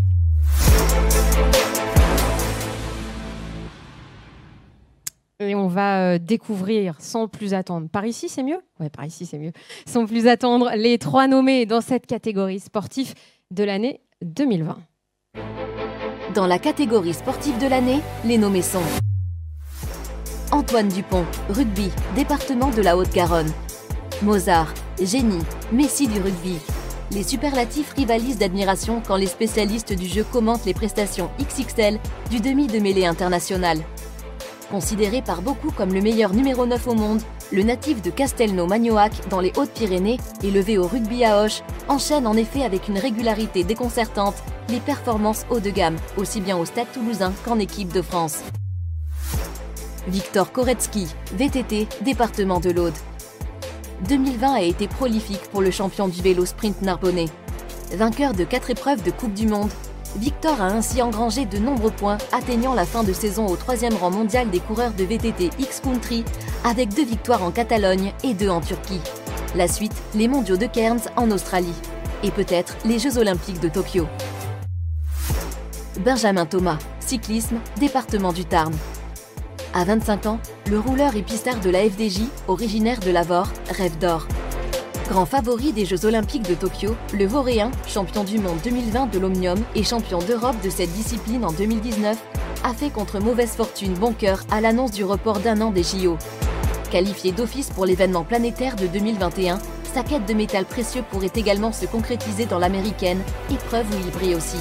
Et on va euh, découvrir sans plus attendre. Par ici, c'est mieux ? Ouais, par ici, c'est mieux. Sans plus attendre, les trois nommés dans cette catégorie sportif de l'année deux mille vingt. Dans la catégorie sportive de l'année, les nommés sont Antoine Dupont, rugby, département de la Haute-Garonne. Mozart, génie, Messi du rugby. Les superlatifs rivalisent d'admiration quand les spécialistes du jeu commentent les prestations X X L du demi de mêlée international. Considéré par beaucoup comme le meilleur numéro neuf au monde, le natif de Castelnau-Magnoac dans les Hautes-Pyrénées, élevé au rugby à Auch, enchaîne en effet avec une régularité déconcertante les performances haut de gamme, aussi bien au Stade Toulousain qu'en équipe de France. Victor Koretsky, V T T, département de l'Aude. deux mille vingt a été prolifique pour le champion du vélo sprint narbonnais. Vainqueur de quatre épreuves de Coupe du Monde, Victor a ainsi engrangé de nombreux points, atteignant la fin de saison au troisième rang mondial des coureurs de V T T X-Country, avec deux victoires en Catalogne et deux en Turquie. La suite, les mondiaux de Cairns en Australie. Et peut-être les Jeux Olympiques de Tokyo. Benjamin Thomas, cyclisme, département du Tarn. À vingt-cinq ans, le rouleur et pistard de la F D J, originaire de Lavore, rêve d'or. Grand favori des Jeux Olympiques de Tokyo, le Vauréen, champion du monde deux mille vingt de l'Omnium et champion d'Europe de cette discipline en deux mille dix-neuf, a fait contre mauvaise fortune bon cœur à l'annonce du report d'un an des J O. Qualifié d'office pour l'événement planétaire de deux mille vingt et un, sa quête de métal précieux pourrait également se concrétiser dans l'américaine, épreuve où il brille aussi.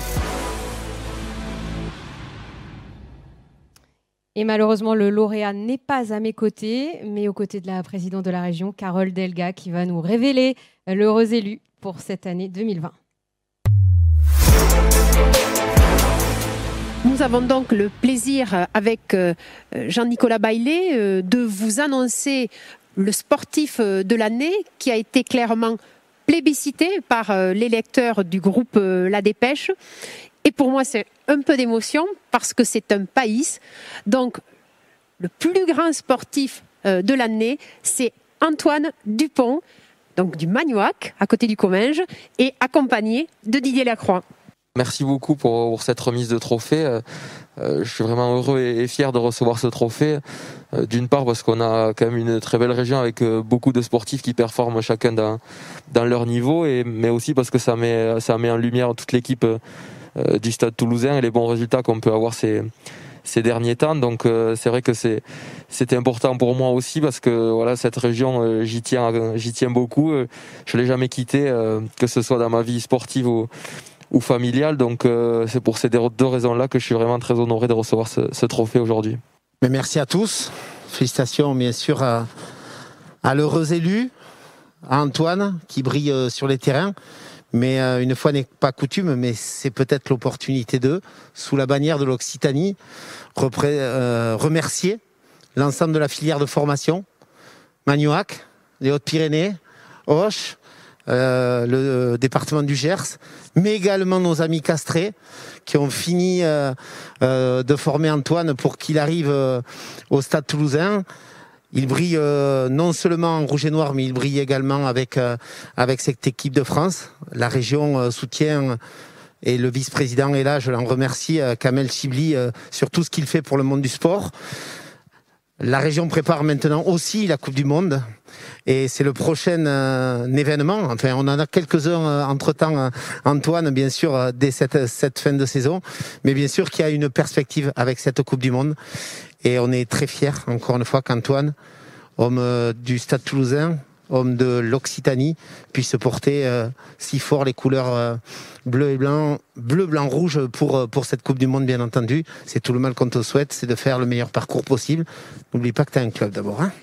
Et malheureusement, le lauréat n'est pas à mes côtés, mais aux côtés de la présidente de la région, Carole Delga, qui va nous révéler l'heureux élu pour cette année deux mille vingt. Nous avons donc le plaisir, avec Jean-Nicolas Baillet, de vous annoncer le sportif de l'année qui a été clairement plébiscité par les lecteurs du groupe La Dépêche. Et pour moi, c'est un peu d'émotion parce que c'est un pays. Donc, le plus grand sportif de l'année, c'est Antoine Dupont, donc du Magnoac, à côté du Comminges, et accompagné de Didier Lacroix. Merci beaucoup pour, pour cette remise de trophée. Euh, je suis vraiment heureux et, et fier de recevoir ce trophée. Euh, d'une part parce qu'on a quand même une très belle région avec euh, beaucoup de sportifs qui performent chacun dans, dans leur niveau, et, mais aussi parce que ça met, ça met en lumière toute l'équipe euh, du Stade Toulousain et les bons résultats qu'on peut avoir ces, ces derniers temps. Donc euh, c'est vrai que c'est, c'était important pour moi aussi parce que voilà, cette région, euh, j'y tiens, j'y tiens beaucoup. Euh, je l'ai jamais quittée, euh, que ce soit dans ma vie sportive ou ou familiale, donc euh, c'est pour ces deux raisons-là que je suis vraiment très honoré de recevoir ce, ce trophée aujourd'hui. Mais merci à tous, félicitations bien sûr à, à l'heureux élu, à Antoine qui brille euh, sur les terrains, mais euh, une fois n'est pas coutume, mais c'est peut-être l'opportunité de, sous la bannière de l'Occitanie, repré- euh, remercier l'ensemble de la filière de formation, Magnoac, les Hautes-Pyrénées, Auch, Euh, le département du Gers, mais également nos amis castrés qui ont fini euh, euh, de former Antoine pour qu'il arrive euh, au Stade Toulousain. Il brille euh, non seulement en rouge et noir, mais il brille également avec, euh, avec cette équipe de France. La région euh, soutient, et le vice-président est là, je l'en remercie, euh, Kamel Chibli, euh, sur tout ce qu'il fait pour le monde du sport. La région prépare maintenant aussi la Coupe du Monde. Et c'est le prochain euh, événement. Enfin, on en a quelques-uns euh, entre-temps, euh, Antoine, bien sûr, euh, dès cette, cette fin de saison. Mais bien sûr qu'il y a une perspective avec cette Coupe du Monde. Et on est très fiers, encore une fois, qu'Antoine, homme euh, du Stade Toulousain, homme de l'Occitanie, puisse porter euh, si fort les couleurs euh, bleu et blanc, bleu, blanc, rouge pour, pour cette Coupe du Monde, bien entendu. C'est tout le mal qu'on te souhaite, c'est de faire le meilleur parcours possible. N'oublie pas que tu as un club d'abord, hein.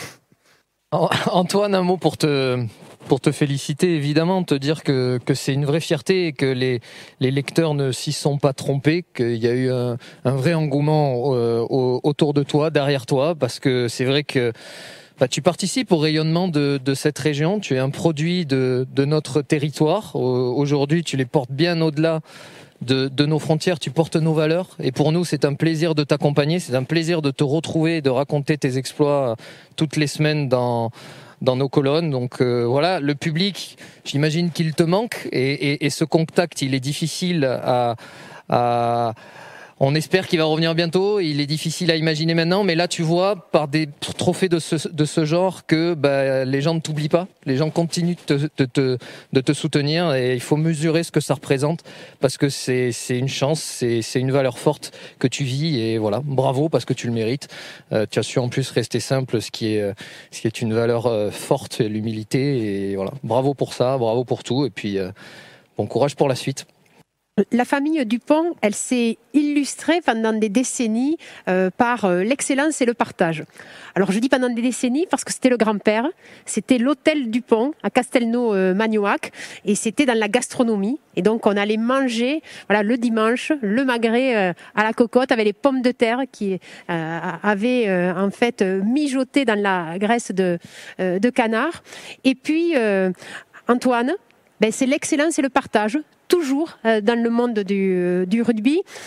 Antoine, un mot pour te, pour te féliciter, évidemment, te dire que, que c'est une vraie fierté et que les, les lecteurs ne s'y sont pas trompés, qu'il y a eu un, un vrai engouement euh, autour de toi, derrière toi, parce que c'est vrai que bah, tu participes au rayonnement de, de cette région, tu es un produit de, de notre territoire. Aujourd'hui, tu les portes bien au-delà De, de nos frontières, tu portes nos valeurs, et pour nous c'est un plaisir de t'accompagner, c'est un plaisir de te retrouver, de raconter tes exploits toutes les semaines dans, dans nos colonnes. Donc euh, voilà, le public, j'imagine qu'il te manque, et, et, et ce contact il est difficile à, à on espère qu'il va revenir bientôt, il est difficile à imaginer maintenant, mais là tu vois par des trophées de ce, de ce genre que bah, les gens ne t'oublient pas, les gens continuent de te, de, te, de te soutenir, et il faut mesurer ce que ça représente parce que c'est, c'est une chance, c'est, c'est une valeur forte que tu vis, et voilà, bravo parce que tu le mérites. Euh, tu as su en plus rester simple, ce qui est, ce qui est une valeur euh, forte, l'humilité, et voilà, bravo pour ça, bravo pour tout, et puis euh, bon courage pour la suite. La famille Dupont, elle s'est illustrée pendant des décennies euh, par euh, l'excellence et le partage. Alors je dis pendant des décennies parce que c'était le grand-père, c'était l'hôtel Dupont à Castelnau-Magnoac, et c'était dans la gastronomie. Et donc on allait manger voilà, le dimanche, le magret euh, à la cocotte avec les pommes de terre qui euh, avaient euh, en fait mijoté dans la graisse de, euh, de canard. Et puis euh, Antoine, ben, c'est l'excellence et le partage. Toujours euh, dans le monde du, du rugby.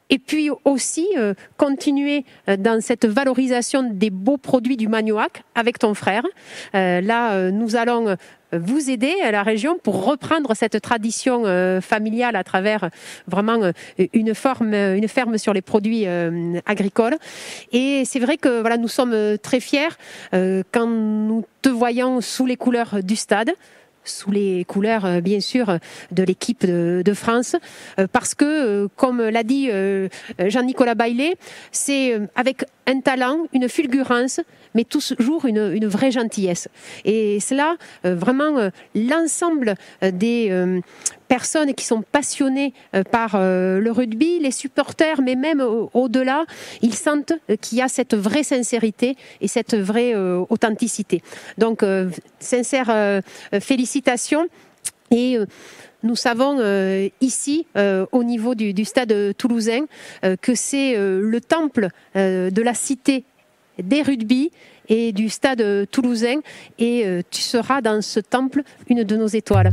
Et puis aussi euh, continuer dans cette valorisation des beaux produits du Magnoac avec ton frère. Euh, là, euh, nous allons vous aider à la région pour reprendre cette tradition euh, familiale à travers vraiment euh, une, forme, une ferme sur les produits euh, agricoles. Et c'est vrai que voilà, nous sommes très fiers euh, quand nous te voyons sous les couleurs du stade, sous les couleurs, bien sûr, de l'équipe de, de France, parce que, comme l'a dit Jean-Nicolas Baillet, c'est avec un talent, une fulgurance, mais toujours une, une vraie gentillesse. Et cela, vraiment, l'ensemble des personnes qui sont passionnées par le rugby, les supporters, mais même au-delà, ils sentent qu'il y a cette vraie sincérité et cette vraie authenticité. Donc, sincères félicitations. Et nous savons euh, ici, euh, au niveau du, du stade toulousain, euh, que c'est euh, le temple euh, de la cité des rugby et du stade toulousain. Et euh, tu seras dans ce temple une de nos étoiles.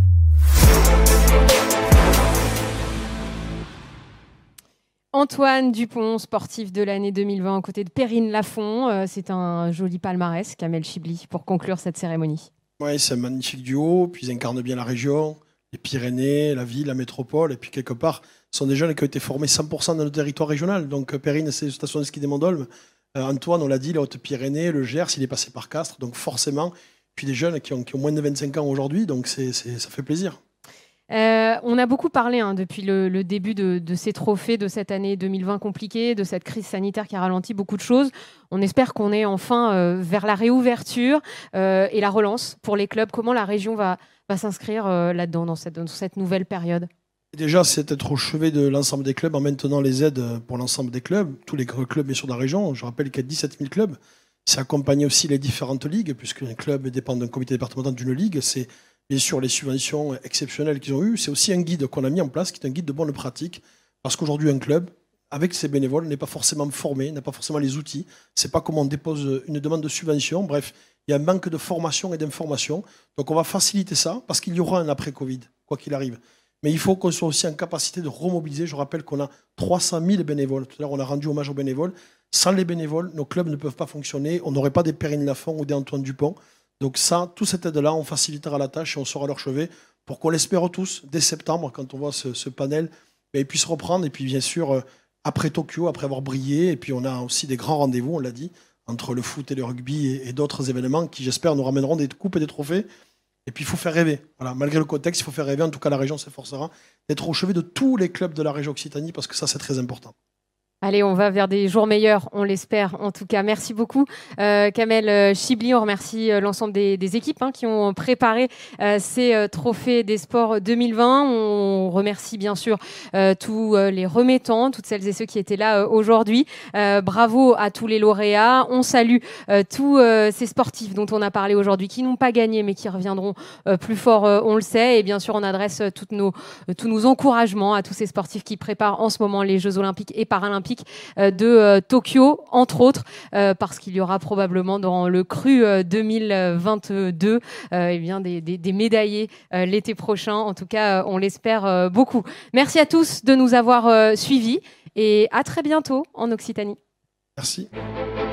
Antoine Dupont, sportif de l'année deux mille vingt, aux côtés de Perrine Lafont. Euh, c'est un joli palmarès, Kamel Chibli, pour conclure cette cérémonie. Oui, c'est un magnifique duo, puis ils incarnent bien la région, les Pyrénées, la ville, la métropole, et puis quelque part, ce sont des jeunes qui ont été formés cent pour cent dans le territoire régional. Donc Perrine, c'est la station de ski des Monts-d'Olme. Euh, Antoine, on l'a dit, la Haute-Pyrénées, le Gers, il est passé par Castres, donc forcément, puis des jeunes qui ont, qui ont moins de vingt-cinq ans aujourd'hui, donc c'est, c'est, ça fait plaisir. Euh, on a beaucoup parlé hein, depuis le, le début de, de ces trophées de cette année deux mille vingt compliquée, de cette crise sanitaire qui a ralenti beaucoup de choses. On espère qu'on est enfin euh, vers la réouverture euh, et la relance pour les clubs. Comment la région va, va s'inscrire euh, là-dedans, dans cette, dans cette nouvelle période ? Déjà, c'est être au chevet de l'ensemble des clubs en maintenant les aides pour l'ensemble des clubs, tous les clubs bien sûr de la région. Je rappelle qu'il y a dix-sept mille clubs. C'est accompagner aussi les différentes ligues, puisque un club dépend d'un comité départemental d'une ligue. C'est bien sûr les subventions exceptionnelles qu'ils ont eues. C'est aussi un guide qu'on a mis en place, qui est un guide de bonne pratique, parce qu'aujourd'hui, un club, avec ses bénévoles, n'est pas forcément formé, n'a pas forcément les outils. C'est pas comment on dépose une demande de subvention. Bref, il y a un manque de formation et d'information. Donc on va faciliter ça, parce qu'il y aura un après-Covid, quoi qu'il arrive. Mais il faut qu'on soit aussi en capacité de remobiliser. Je rappelle qu'on a trois cent mille bénévoles. Tout à l'heure, on a rendu hommage aux bénévoles. Sans les bénévoles, nos clubs ne peuvent pas fonctionner. On n'aurait pas des Perrine Lafont ou des Antoine Dupont. Donc ça, toute cette aide-là, on facilitera la tâche et on sera à leur chevet pour qu'on l'espère tous, dès septembre, quand on voit ce, ce panel, ben, ils puissent reprendre. Et puis bien sûr, euh, après Tokyo, après avoir brillé, et puis on a aussi des grands rendez-vous, on l'a dit, entre le foot et le rugby et, et d'autres événements qui, j'espère, nous ramèneront des coupes et des trophées. Et puis il faut faire rêver. Voilà, malgré le contexte, il faut faire rêver. En tout cas, la région s'efforcera d'être au chevet de tous les clubs de la région Occitanie, parce que ça, c'est très important. Allez, on va vers des jours meilleurs, on l'espère en tout cas. Merci beaucoup euh, Kamel Chibli, on remercie euh, l'ensemble des, des équipes hein, qui ont préparé euh, ces euh, trophées des sports deux mille vingt. On remercie bien sûr euh, tous euh, les remettants, toutes celles et ceux qui étaient là euh, aujourd'hui. Euh, bravo à tous les lauréats. On salue euh, tous euh, ces sportifs dont on a parlé aujourd'hui, qui n'ont pas gagné mais qui reviendront euh, plus fort, euh, on le sait. Et bien sûr, on adresse euh, toutes nos, euh, tous nos encouragements à tous ces sportifs qui préparent en ce moment les Jeux Olympiques et Paralympiques de euh, Tokyo, entre autres, euh, parce qu'il y aura probablement dans le cru euh, deux mille vingt-deux euh, eh bien des, des, des médaillés euh, l'été prochain. En tout cas, euh, on l'espère euh, beaucoup. Merci à tous de nous avoir euh, suivis et à très bientôt en Occitanie. Merci.